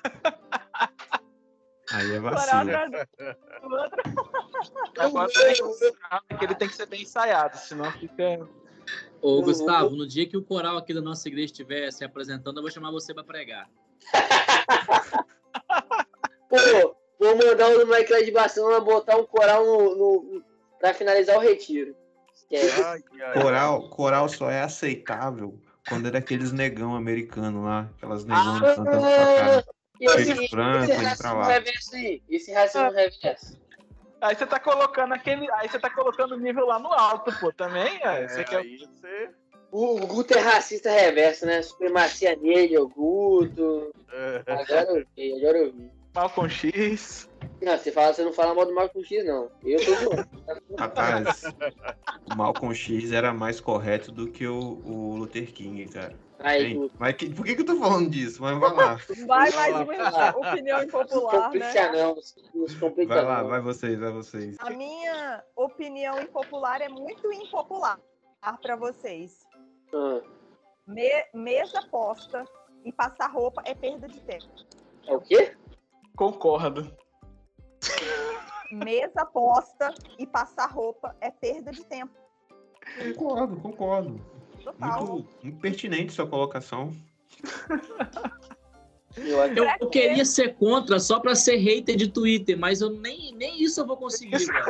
Aí é Coral vacilo. atrás do outro. Agora que ele tem que ser bem ensaiado, senão fica. Ô, Gustavo, no dia que o coral aqui da nossa igreja estiver se apresentando, eu vou chamar você pra pregar. Pô, vou mandar o moleque lá de Barcelona botar um coral no, no, pra finalizar o retiro. Esquece. Ai, ai, Coral, coral só é aceitável quando é daqueles negão americano lá. Aquelas negonas Ah, cantando pra cara. E esse, Chega esse Franklin pra racismo lá. reverso aí. Esse racismo reverso. Aí você tá colocando aquele. Aí você tá colocando o nível lá no alto, pô, também. É, É, você quer... aí você... O Guto é racista reverso, né? Supremacia nele, o Guto. é, Agora eu vi, agora eu vi. Malcolm X. Não, você, fala, você não fala mal do Malcolm X, não. Eu tô zoando. Rapaz, o Malcolm X era mais correto do que o, o Luther King, cara. Aí, Hein? Guto. Mas que- por que, que eu tô falando disso? Mas vai lá. Vai mais uma opinião impopular, Complica né? não, nos complica Vai lá, não. vai vocês, vai vocês. A minha opinião impopular é muito impopular para vocês. Ah, Me- mesa posta e passar roupa é perda de tempo. é o quê? Concordo. Mesa posta e passar roupa é perda de tempo. Concordo, concordo. Total. Muito, muito pertinente sua colocação. Eu acho- Eu, Pra eu quê? queria ser contra só pra ser hater de Twitter, mas eu nem, nem isso eu vou conseguir, velho.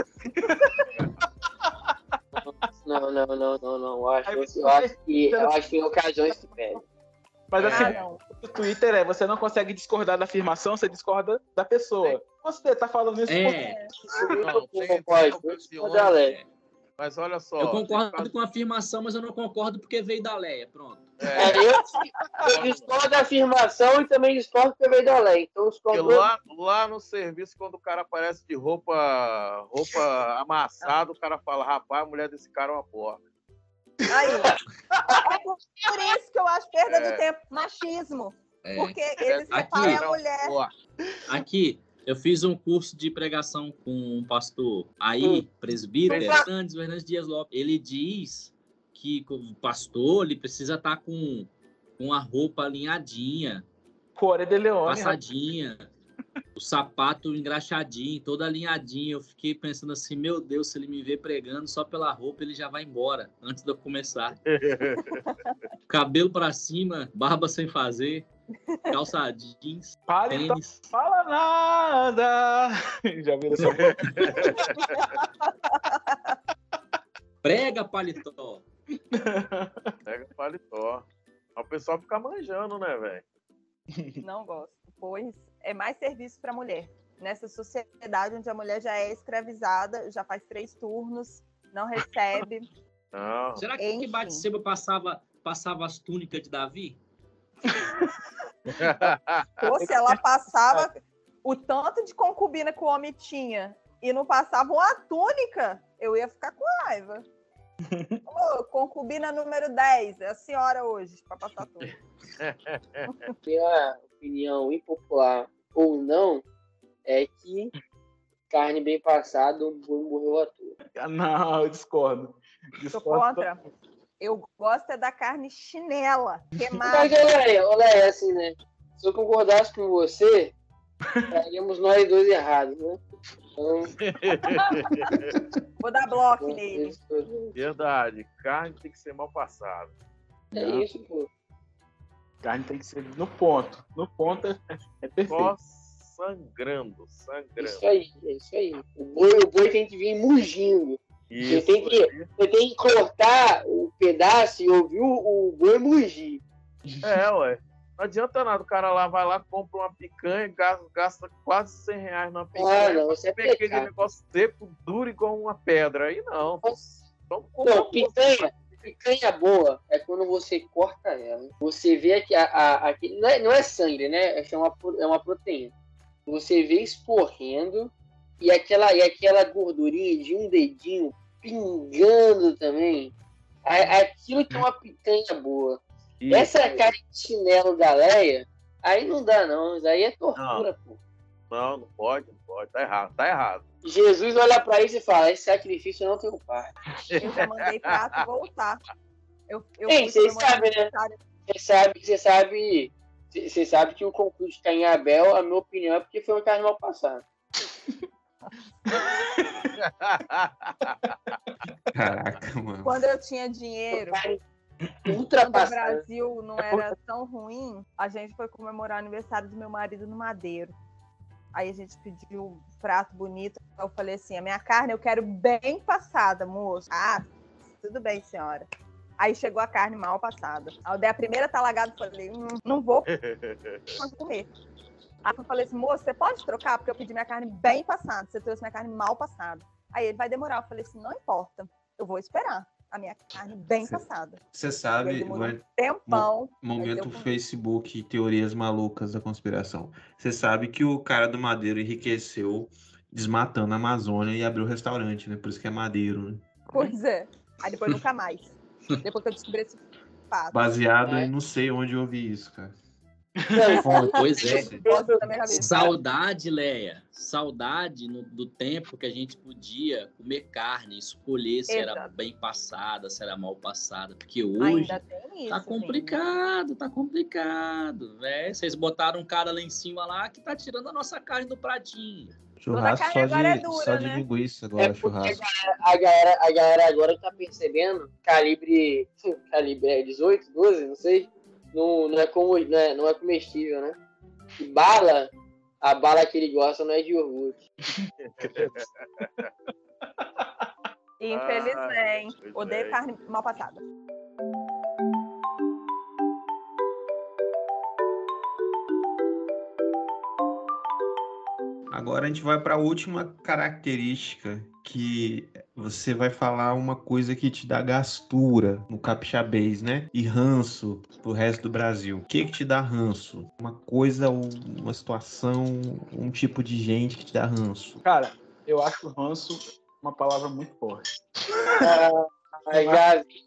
Não, não, não, não, não. Eu acho, Aí você eu acho que, eu acho que em ocasiões se perde. Mas assim, Ah, não. o Twitter é, você não consegue discordar da afirmação, você discorda da pessoa. Você tá falando isso É, Não, tem- tem Concordo, ocasiões, concordo, Alex. Mas olha só. eu tem concordo ocasi- com a afirmação, mas eu não concordo porque veio da Leia, pronto. É, É, eu, eu discordo da afirmação e também discordo porque veio da lei. Então, os porque concordo. lá, lá no serviço, quando o cara aparece de roupa, roupa amassada, o cara fala, rapaz, a mulher desse cara é uma porca. Aí. É por, por isso que eu acho perda É. de tempo. Machismo. É. Porque eles Aqui. separam a mulher. Porra. Aqui, eu fiz um curso de pregação com um pastor aí, presbítero, Hum. Fernandes Fernandes Dias Lopes. Ele diz que o pastor ele precisa estar com, com a roupa alinhadinha, Core de Leone. passadinha, o sapato engraxadinho, todo alinhadinho. Eu fiquei pensando assim, meu Deus, se ele me ver pregando só pela roupa, ele já vai embora antes de eu começar. Cabelo pra cima, barba sem fazer, calça jeans, Fala então, tênis. fala nada. Já viu essa Prega paletó. Pega o paletó. Aí o pessoal fica manjando, né, velho? Não gosto, pois é mais serviço para mulher. Nessa sociedade onde a mulher já é escravizada, já faz três turnos, não recebe. Não. Será que Enfim. Batseba passava, passava as túnicas de Davi? Pô, se ela passava o tanto de concubina que o homem tinha e não passava uma túnica, eu ia ficar com raiva. Ô, concubina número dez, é a senhora hoje, para passar túnica. Minha opinião impopular ou não é que carne bem passada, o boi morreu à toa. Não, eu discordo. Sou Discordo. contra. Eu gosto é da carne chinela, Mas, queimada. olha, olha, é assim, né? Se eu concordasse com você, estaríamos nós dois errados, né? Então, Vou dar bloco nele. isso- Verdade. Carne tem que ser mal passada. é Não. isso, pô. Carne tem que ser no ponto. No ponto é, é perfeito. Só sangrando, sangrando. Isso aí, é isso aí. O boi, o boi tem que vir mugindo. Você tem, que, você tem que cortar o pedaço e ouvir o, o boi mugir. É, ué. Não adianta nada, o cara lá vai lá, compra uma picanha, gasta, gasta quase cem reais numa picanha. Ah, não, isso é Tem aquele pecado. negócio seco, duro igual uma pedra. Aí não. Então, Não, picanha, picanha boa é quando você corta ela. Você vê que a, a, aquele, não, é, não é sangue, né? É uma, é uma proteína. Você vê escorrendo e aquela, e aquela gordurinha de um dedinho pingando também. A, aquilo que é uma picanha boa. Isso. Essa cara de chinelo da Leia, aí não dá não. Isso aí é tortura, pô. Não, não pode, não pode. Tá errado, tá errado. Jesus olha pra isso e fala, esse sacrifício não tem o pai. Eu já mandei prato voltar. Eu, eu Ei, fui vocês comemorar sabem, né? aniversário. Você sabe, você sabe, você sabe que o concurso de Caim e Abel, a minha opinião, é porque foi um carnaval passado. Caraca, mano. Quando eu tinha dinheiro, quando o Ultrapassado. Brasil não era tão ruim, a gente foi comemorar o aniversário do meu marido no Madeiro. Aí a gente pediu um prato bonito. Eu falei assim, a minha carne eu quero bem passada, moço. Ah, tudo bem, senhora. Aí chegou a carne mal passada. Aí eu dei a primeira talagada e falei, hum, não vou comer. Aí eu falei assim, moço, você pode trocar? Porque eu pedi minha carne bem passada. Você trouxe minha carne mal passada. Aí ele vai demorar. Eu falei assim, não importa. Eu vou esperar a minha carne bem Cê- passada. Você E aí sabe, demorou vai- um tempão. momento Mas eu- Facebook, teorias malucas da conspiração. Você sabe que o cara do Madeiro enriqueceu desmatando a Amazônia e abriu restaurante, né? Por isso que é Madeiro, né? Pois é. Aí depois nunca mais. Depois que eu descobri esse fato. Baseado É. em não sei onde eu ouvi isso, cara. Não, Pois é. Gosto da minha cabeça. Saudade, Leia. Saudade no- do tempo que a gente podia comer carne, escolher se era Exato. bem passada, se era mal passada. Porque hoje Ainda tem isso. tá gente. complicado, tá complicado. Véi. Vocês botaram um cara lá em cima lá que tá tirando a nossa carne do pratinho. Toda Churrasco carne só agora é de, dura, só de né? linguiça agora, É porque churrasco. a galera, a galera agora tá percebendo calibre, calibre é dezoito, doze, não sei. Não, não, é como, não, é, não é comestível, né? E bala, a bala que ele gosta não é de iogurte. Infelizmente. pois Odeio é. carne mal passada. Agora a gente vai para a última característica, que você vai falar uma coisa que te dá gastura no capixabês, né? E ranço pro resto do Brasil. O que que te dá ranço? Uma coisa, ou uma situação, um tipo de gente que te dá ranço. Cara, eu acho ranço uma palavra muito forte. Ah, já vi.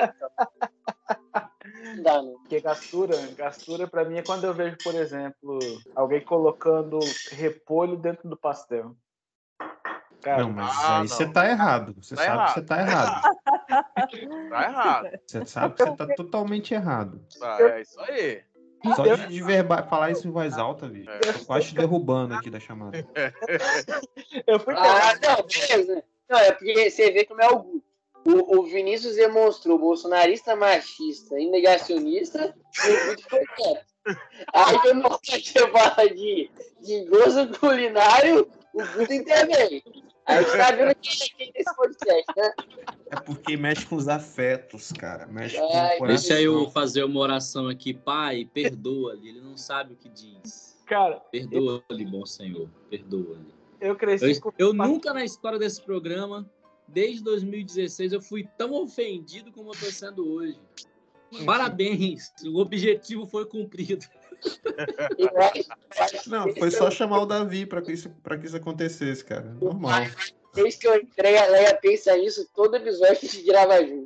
Não dá, não. Porque gastura, gastura pra mim é quando eu vejo, por exemplo, alguém colocando repolho dentro do pastel. Cara, Não, mas Ah, aí não. você tá errado. Você Tá sabe errado. que você tá errado. Tá errado. Você sabe que você tá totalmente errado. Tá, é isso aí. Só de, de verba, falar isso em voz alta, bicho. É. Tô quase te derrubando aqui da chamada. eu fui Ah, não, beleza. Não, é porque você vê como é o Guto. O, o Vinícius demonstrou bolsonarista machista e negacionista e o Guto foi quieto. Aí quando você fala de, de gozo culinário, o Guto intervém. Aí você tá vendo quem é quem desse podcast, né? É porque mexe com os afetos, cara. Mexe com Ai, o coração. Deixa eu fazer uma oração aqui. Pai, perdoa-lhe. Ele não sabe o que diz. Cara, Perdoa-lhe, bom Senhor. Perdoa-lhe. eu cresci Eu, com eu nunca na história desse programa, desde dois mil e dezesseis, eu fui tão ofendido como eu tô sendo hoje. Parabéns, o objetivo foi cumprido. Eu acho- Não, foi só chamar o Davi pra que isso, pra que isso acontecesse, cara. Normal. Desde que eu entrei, a Leia pensa isso todo episódio que a gente grava junto.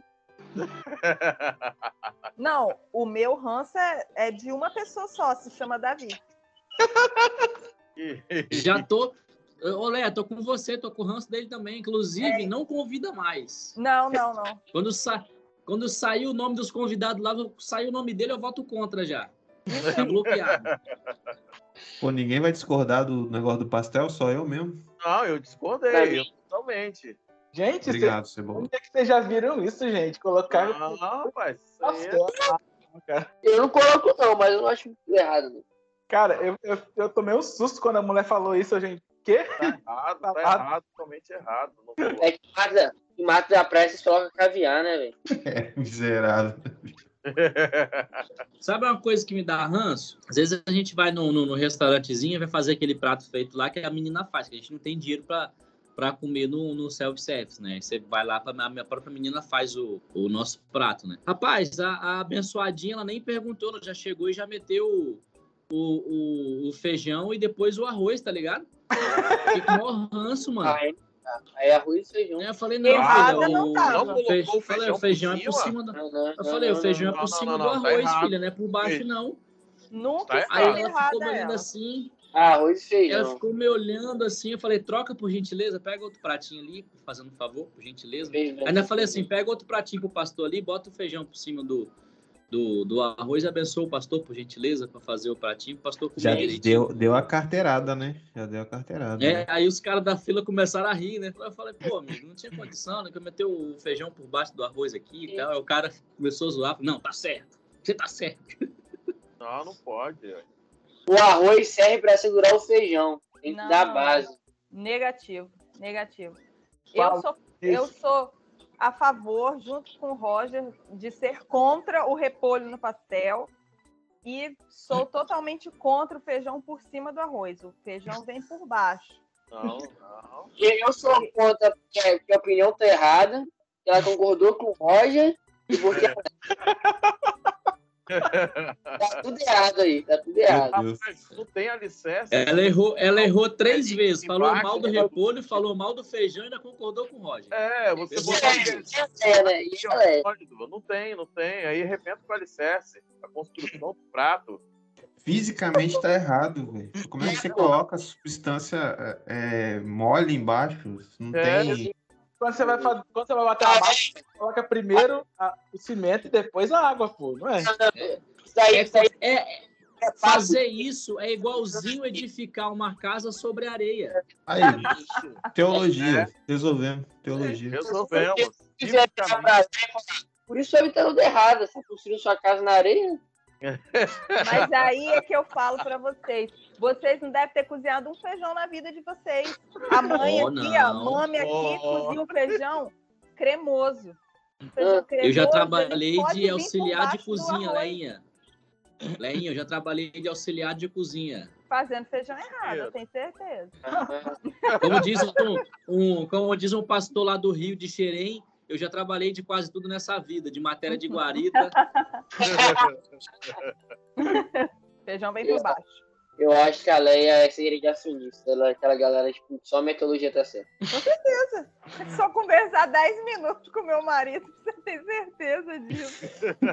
Não, o meu ranço é, é de uma pessoa só, se chama Davi. Já tô. Ô, Léa, tô com você, tô com o ranço dele também. Inclusive, não convida mais. Não, não, não. Quando, sa... Quando sair o nome dos convidados lá, sair o nome dele, eu voto contra já. Tá bloqueado. Pô, ninguém vai discordar do negócio do pastel, só eu mesmo. Não, eu discordei, eu totalmente. Gente, Obrigado, cê- Cebola. onde é que vocês já viram isso, gente? Colocar. Não, rapaz, isso aí é Nossa, cara. Eu não coloco não, mas eu não acho muito errado. Não. Cara, eu, eu, eu tomei um susto quando a mulher falou isso, gente. Quê? tá errado, tá errado, totalmente errado. Não vou- É que cada, E mato da praia, vocês colocam caviar, né, velho? É, miserável. Sabe uma coisa que me dá ranço? Às vezes a gente vai no, no, no restaurantezinho e vai fazer aquele prato feito lá que a menina faz, que a gente não tem dinheiro pra, pra comer no, no self-service, né? Você vai lá, pra, a minha própria menina faz o, o nosso prato, né? Rapaz, a, a abençoadinha, ela nem perguntou, ela já chegou e já meteu o, o, o, o feijão e depois o arroz, tá ligado? Fiquei com o maior ranço, mano. Aí, aí arroz e feijão. Aí eu falei, não, Errada filha, não o, tava. Não colocou fe- o falei, o feijão feijão por é por cima? cima da... Não, não, Eu falei, não, o feijão não, é por não, cima não, do não, tá arroz, errado. filha, não é por baixo, Ei. não. Nunca Tá Aí esteve ela ficou errada me olhando ela. assim, Ah, arroz e ela feijão. ficou me olhando assim, eu falei, troca por gentileza, pega outro pratinho ali, fazendo um favor, por gentileza. Feijão. Ainda falei assim, pega outro pratinho pro pastor ali, bota o feijão por cima do, do, do arroz e abençoa o pastor, por gentileza, para fazer o pratinho, o pastor comer Já direitinho. deu, deu a carteirada, né? Já deu a carteirada. É, né? aí os caras da fila começaram a rir, né? Eu falei, pô, amigo, não tinha condição, né? Que eu meteu o feijão por baixo do arroz aqui e tal. Aí o cara começou a zoar, não, tá certo, você tá certo. Não, não pode. velho. O arroz serve pra segurar o feijão. Tem que Não. dar base. Negativo, negativo. Fala Eu sou, eu sou a favor, junto com o Roger, de ser contra o repolho no pastel e sou totalmente contra o feijão por cima do arroz. O feijão vem por baixo. Não, não. E eu sou contra porque que a opinião tá errada. Ela concordou com o Roger. E porque tá tudo errado aí. Tá tudo errado. Meu Deus. Rapaz, não tem alicerce. Ela errou, ela errou três É, vezes, falou embaixo, mal do né? repolho, falou mal do feijão e ainda concordou com o Roger. É, você Eu botou sei. aquele- É, né? Isso é. sólido. Não tem, não tem. Aí arrebenta com o alicerce. A construção do prato. Fisicamente tá errado, velho. Como é que você coloca a substância é, mole embaixo? Não É, tem. Quando você vai, fazer, quando você vai bater a massa, você coloca primeiro a- o cimento e depois a água, pô, não é? Isso aí, isso aí É, é fácil. fazer isso é igualzinho edificar uma casa sobre areia. Aí, teologia. Resolvemos. Teologia. Resolvemos. Se fizer pra prazer, por isso ele tá tudo errado. Você construiu sua casa na areia? Mas aí é que eu falo pra vocês. Vocês não devem ter cozinhado um feijão na vida de vocês. A mãe Oh, aqui, a não. mãe aqui, Oh. cozinha um feijão cremoso. Um feijão Eu já cremoso, trabalhei ele pode de vir por auxiliar de baixo do cozinha, arroz, Leinha. Leinha, eu já trabalhei de auxiliar de cozinha. fazendo feijão errado, eu tenho certeza. Como diz um, um- como diz um pastor lá do Rio de Xerém, eu já trabalhei de quase tudo nessa vida, de matéria de guarita. Feijão vem por baixo. Eu acho que a Leia é segregacionista. Ela é aquela galera, tipo, só a metodologia tá certa. Só conversar dez minutos com meu marido, você tem certeza disso.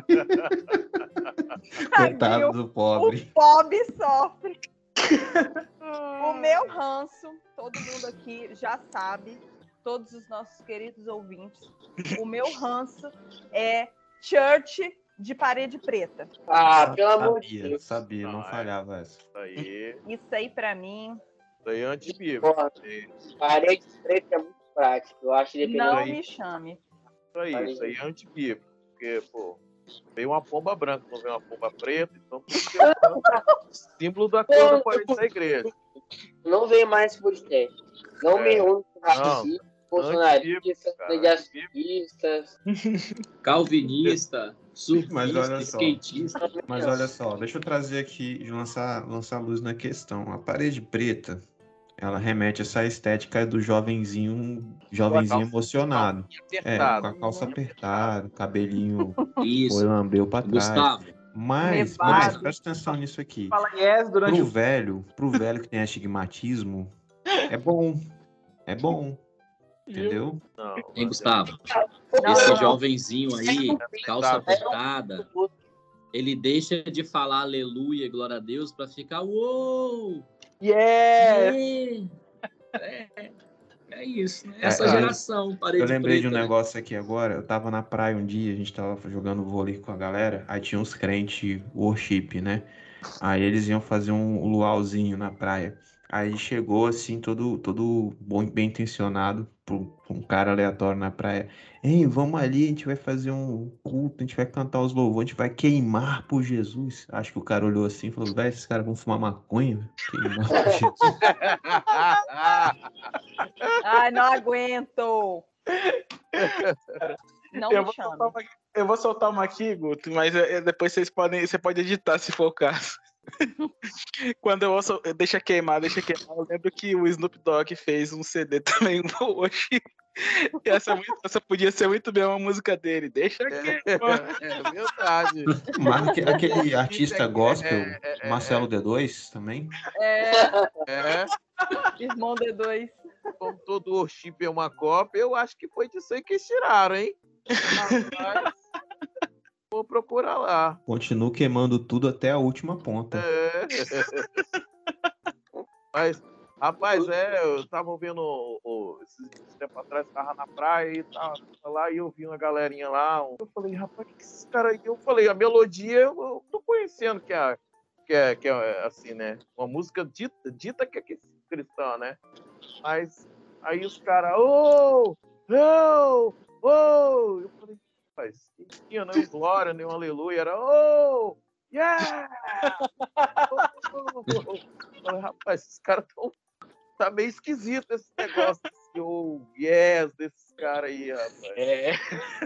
Coitado Tadinho, do o pobre. pobre sofre. O meu ranço, todo mundo aqui já sabe, todos os nossos queridos ouvintes, o meu ranço é church de parede preta. Ah, pelo amor de Sabia, Deus. sabia, não Ai. falhava essa. Isso aí. Isso aí, pra mim, Isso aí é antibíblico. Porra, parede preta é muito prático. Eu acho que dependendo não aí. me chame. Isso aí, isso aí é antibíblico. Porque, pô, veio uma pomba branca, não veio uma pomba preta, então tem que ser um símbolo da cor da parede da igreja. Não veio mais esse podcast. Não É. me reúne com Não. racistas, bolsonaristas, cara, negacionistas. Calvinista, Mas olha surfista, só. skatista. Mas olha só, deixa eu trazer aqui, lançar, lançar luz na questão. A parede preta, ela remete a essa estética do jovenzinho, jovenzinho calça- emocionado. É, com Apertado. a calça apertada, cabelinho foi Isso. lambeu pra trás. Gustavo, Mas, Nevado. mas, presta atenção nisso aqui. Fala yes durante Pro o velho, pro velho que tem astigmatismo, é bom. É bom. Entendeu? Não, hein, mas Gustavo? Não, Esse não. jovenzinho aí, calça Tá. apertada, ele deixa de falar aleluia, glória a Deus, pra ficar uou! yes! É, é, é isso, né? Essa É, geração, parede Eu lembrei de um preta, né? negócio aqui agora. Eu tava na praia um dia, a gente tava jogando vôlei com a galera. Aí tinha uns crentes worship, né? Aí eles iam fazer um luauzinho na praia. Aí chegou assim, todo, todo bom, bem intencionado, pra um pra um cara aleatório na praia. Ei, vamos ali, a gente vai fazer um culto, a gente vai cantar os louvores, a gente vai queimar por Jesus. Acho que o cara olhou assim e falou: velho, esses caras vão fumar maconha? velho? Queimar por Jesus. Ai, não aguento. Não Eu me vou, chame. soltar uma, eu vou soltar uma aqui, Guto, mas é, depois vocês podem, você pode editar se for o caso. Quando eu ouço, deixa queimar, deixa queimar, eu lembro que o Snoop Dogg fez um C D também hoje. E essa, essa podia ser muito bem uma música dele. Deixa queimar. É verdade. Mas aque- aquele artista É, gospel, é, é, é, Marcelo D dois, também. É, É, irmão D dois. como todo worship é uma cópia, eu acho que foi disso aí que eles tiraram, hein? Rapaz, vou procurar lá. Continuo queimando tudo até a última ponta. É. Mas, rapaz, é, eu tava vendo o, o, esses esses tempos atrás, tava na praia e tava lá, e eu vi uma galerinha lá. Eu falei, rapaz, o que que esses caras aí? Eu falei, a melodia eu, eu tô conhecendo que é, que é, que é assim, né? Uma música dita, dita que é cristã, né? Mas aí os caras, ô, ô, ô! Eu falei, rapaz, não tinha nem glória, nem um aleluia, era ô, yeah! Oh, oh, oh. Eu falei, rapaz, esses caras tão. Tá meio esquisito esse negócio desse oh, yes, desses caras aí, rapaz. É.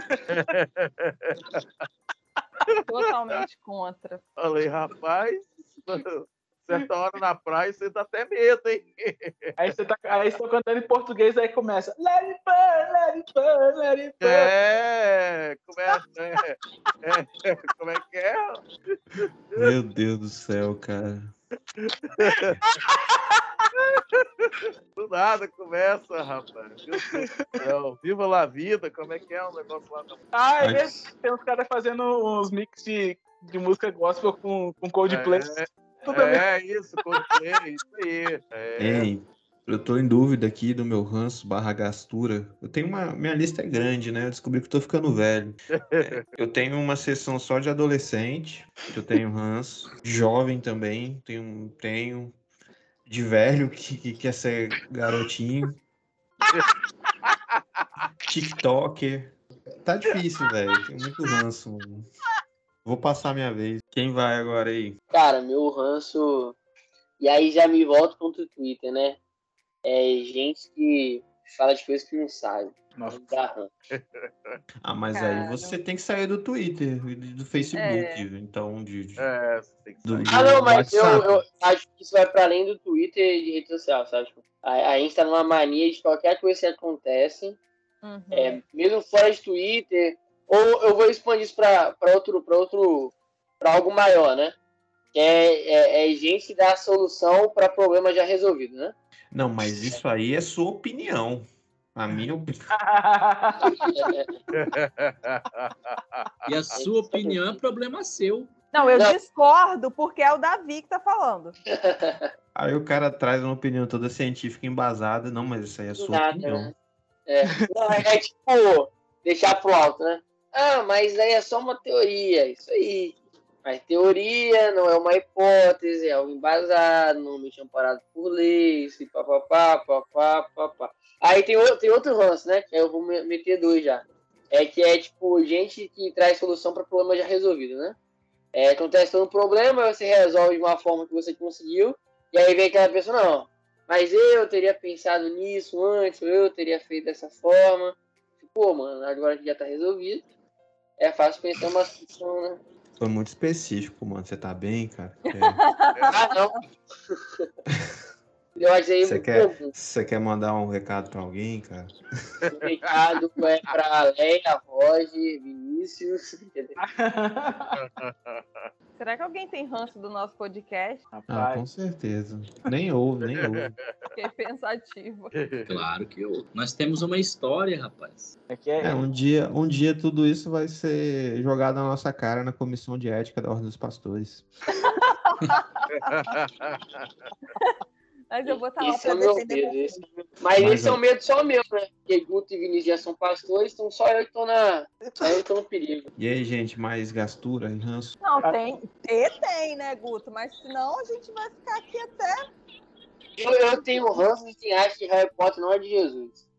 Totalmente contra. Falei, rapaz, certa hora na praia você dá até medo, hein? Aí você tá, aí você tá cantando em português, aí começa. Let it burn, let it burn, let it burn. É, começa, é, é, como é que é? Meu Deus do céu, cara. Do nada começa, rapaz. Meu Deus do céu. Viva lá a vida, como é que é o negócio lá? Ah, é Ai. mesmo. Tem uns caras fazendo uns mix de, de música gospel com, com Coldplay. Tudo bem. É, é isso, Coldplay, isso aí. É. Ei, eu tô em dúvida aqui do meu ranço barra gastura. Eu tenho uma. Minha lista é grande, né? Eu descobri que eu tô ficando velho. É, eu tenho uma sessão só de adolescente, que eu tenho ranço. Jovem também, tenho. tenho de velho que, que quer ser garotinho. TikToker. Tá difícil, velho. Tenho muito ranço, mano. Vou passar minha vez. Quem vai agora aí? Cara, meu ranço. E aí já me volto contra o Twitter, né? É gente que fala de coisas que não sabe. Nossa. Dá ranço. Ah, mas Cara. aí você tem que sair do Twitter, e do Facebook, É. então de, de- É, você tem que do, sair. do Ah, não, mas eu, WhatsApp. eu acho que isso vai pra além do Twitter e de rede social, sabe? Tipo, a, a gente tá numa mania de qualquer coisa que acontece, Uhum. é, mesmo fora de Twitter, ou eu vou expandir isso pra, pra outro, pra outro, pra algo maior, né? Que é, é, é gente que dá a solução pra problema já resolvido, né? Não, mas isso aí é sua opinião. A minha opinião. E a sua opinião é problema seu. Não, eu Não. discordo porque é o Davi que tá falando. Aí o cara traz uma opinião toda científica embasada. Não, mas isso aí é Do sua nada, opinião. né? É, não, é, é tipo, deixar pro alto, né? Ah, mas aí é só uma teoria, isso aí. Mas teoria não é uma hipótese, é algo embasado, normalmente amparado por leis, e papapá, papapá, papapá. Aí tem outro, tem outro lance, né? Que eu vou me- meter dois já. É que é tipo, gente que traz solução para problema já resolvido, né? É, acontece todo um problema, aí você resolve de uma forma que você conseguiu, e aí vem aquela pessoa, não, mas eu teria pensado nisso antes, ou eu teria feito dessa forma. Pô, mano, agora que já tá resolvido, é fácil pensar uma solução, né? Foi muito específico, mano. Você tá bem, cara? É. Ah, não. Eu achei Você muito quer, comum. você quer mandar um recado pra alguém, cara? O recado é pra Leia, Roger, Vinícius, entendeu? Será que alguém tem ranço do nosso podcast? Ah, Rapaz. com certeza. Nem ouve, nem ouve. Fiquei pensativa. Claro que eu. Nós temos uma história, rapaz. É que é, É, um dia, um dia tudo isso vai ser jogado na nossa cara na comissão de ética da Ordem dos Pastores. Mas eu vou estar lá Esse é pra o meu defender medo. você. Esse... Mas, Mas esse é eu- o medo só meu, né? Porque Guto e Vinícius já são pastores, então só eu que tô na. Só eu que tô no perigo. E aí, gente, mais gastura e ranço? Não, tem. Ter tem, né, Guto? Mas senão a gente vai ficar aqui até. Eu, eu tenho ranço de quem acha que Harry Potter não é de Jesus.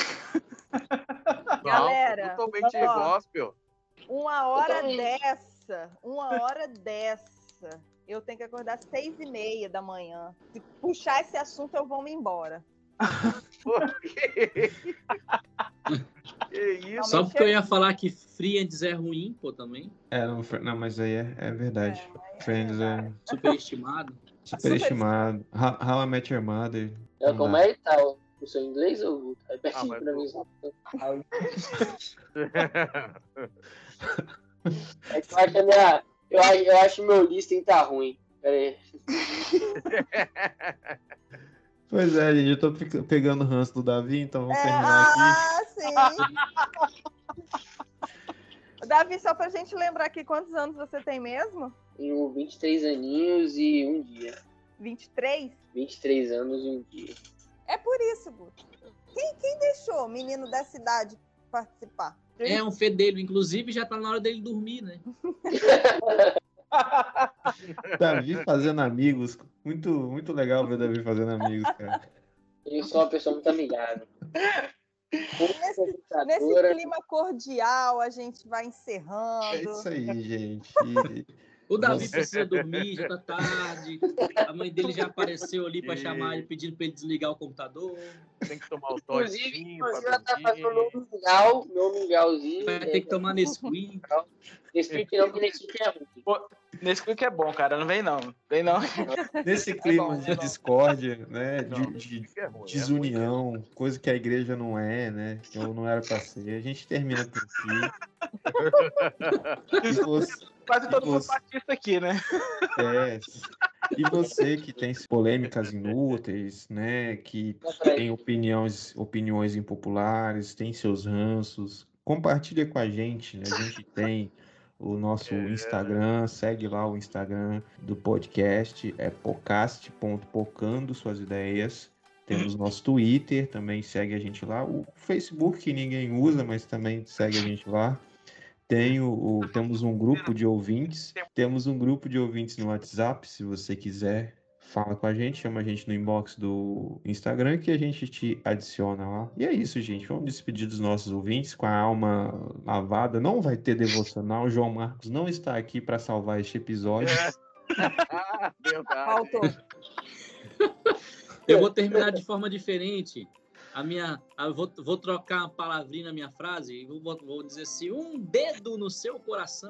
Galera, Não, totalmente ó. gospel. Uma hora Totalmente. dessa, uma hora dessa, eu tenho que acordar às seis e meia da manhã. Se puxar esse assunto, eu vou me embora. Por quê? Que Só porque eu ia falar que Friends é ruim, pô, também. É, não, não mas aí é, é verdade. É, é Friends é Superestimado. superestimado. How, How I Met Your Mother. É, não como dá. é que tá? O o seu inglês ou tá pertinho mas pra eu- mim? É que eu acho, a minha, eu, acho, eu acho meu listening tá ruim. Pera aí. Pois é, gente, eu tô pe- pegando o ranço do Davi, então vamos É, terminar aqui. ah, sim. Davi, só pra gente lembrar aqui, quantos anos você tem mesmo? Tenho vinte e três aninhos e um dia. vinte e três? vinte e três anos e um dia. É por isso, Guto. Quem, quem deixou o menino dessa idade participar? É um fedelho. Inclusive, já tá na hora dele dormir, né? Davi fazendo amigos. Muito, muito legal ver o Davi fazendo amigos, cara. Eu sou uma pessoa muito amigável. Pouco Nesse conversadora. clima cordial, a gente vai É encerrando. isso aí, gente. E- O Davi Nossa. precisa dormir, já tá tarde. A mãe dele já apareceu ali pra E- chamar ele, pedindo pra ele desligar o computador. Tem que tomar o Inclusive, tozinho inclusive pra ela tá fazendo dormir. meu mingau, meu mingauzinho. Vai ter que tomar Nesquik. Nesquik não, que Nesquik é ruim. Nesse clique é bom, cara. Não vem não. Vem não. Nesse clima bom, de é bom. discórdia, né? Não, De, de isso é ruim, é ruim. desunião, coisa que a igreja não é, né? Ou não era pra ser. A gente termina por aqui. E você, Quase todo mundo Você- batista aqui, né? é, e você que tem polêmicas inúteis, né? Que tem opiniões, opiniões impopulares, tem seus ranços, compartilha com a gente, né? A gente tem o nosso Instagram, segue lá o Instagram do podcast, é podcast ponto pocando suas ideias. Temos nosso Twitter, também segue a gente lá. O Facebook que ninguém usa, mas também segue a gente lá. Tem o, o- temos um grupo de ouvintes. Temos um grupo de ouvintes no WhatsApp. Se você quiser, fala com a gente, chama a gente no inbox do Instagram que a gente te adiciona lá. E é isso, gente. Vamos despedir dos nossos ouvintes com a alma lavada. Não vai ter devocional. O João Marcos não está aqui para salvar este episódio. Ah, verdade. Faltou. Eu vou terminar de forma diferente. A minha, eu vou, vou trocar uma palavrinha na minha frase e vou, vou dizer assim: um dedo no seu coração.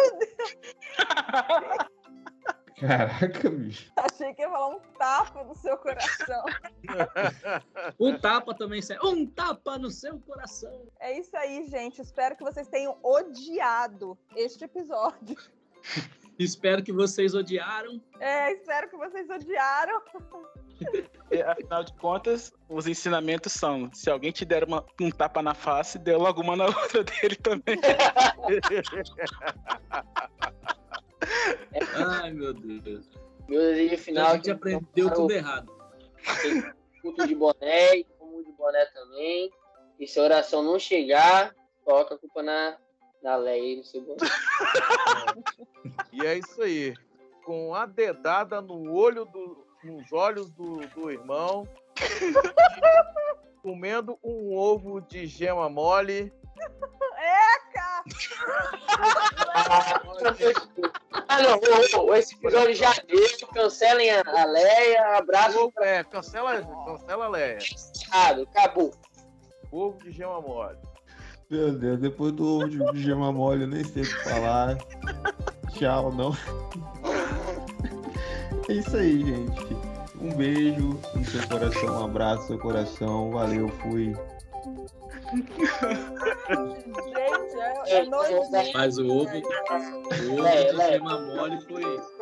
Caraca, bicho. Achei que ia falar um tapa no seu coração. Um tapa também serve. Um tapa no seu coração. É isso aí, gente. Espero que vocês tenham odiado este episódio. Espero que vocês odiaram. É, espero que vocês odiaram. E, afinal de contas, os ensinamentos são: se alguém te der uma- um tapa na face, dê logo uma na outra dele também. Ai, meu Deus. Meu desejo A final é gente que aprendeu tudo errado. culto de boné, e como de boné também. E se a oração não chegar, coloca a culpa na, na lei no seu boné. E é isso aí. Com a dedada no olho do, nos olhos do, do irmão. Comendo um ovo de gema mole. Eca! Ah, não, ô, ô, esse episódio já deu. Cancelem a, a Leia. Abraço. Ovo, é, cancela, cancela a Leia. Errado, acabou. Ovo de gema mole. Meu Deus, depois do ovo de gema mole, eu nem sei o que falar. Tchau, não. É isso aí, gente. Um beijo no seu coração, um abraço no seu coração. Valeu, fui. Gente, é, é nojento. Mas o ovo, o ovo Lé, de lé. gema mole foi.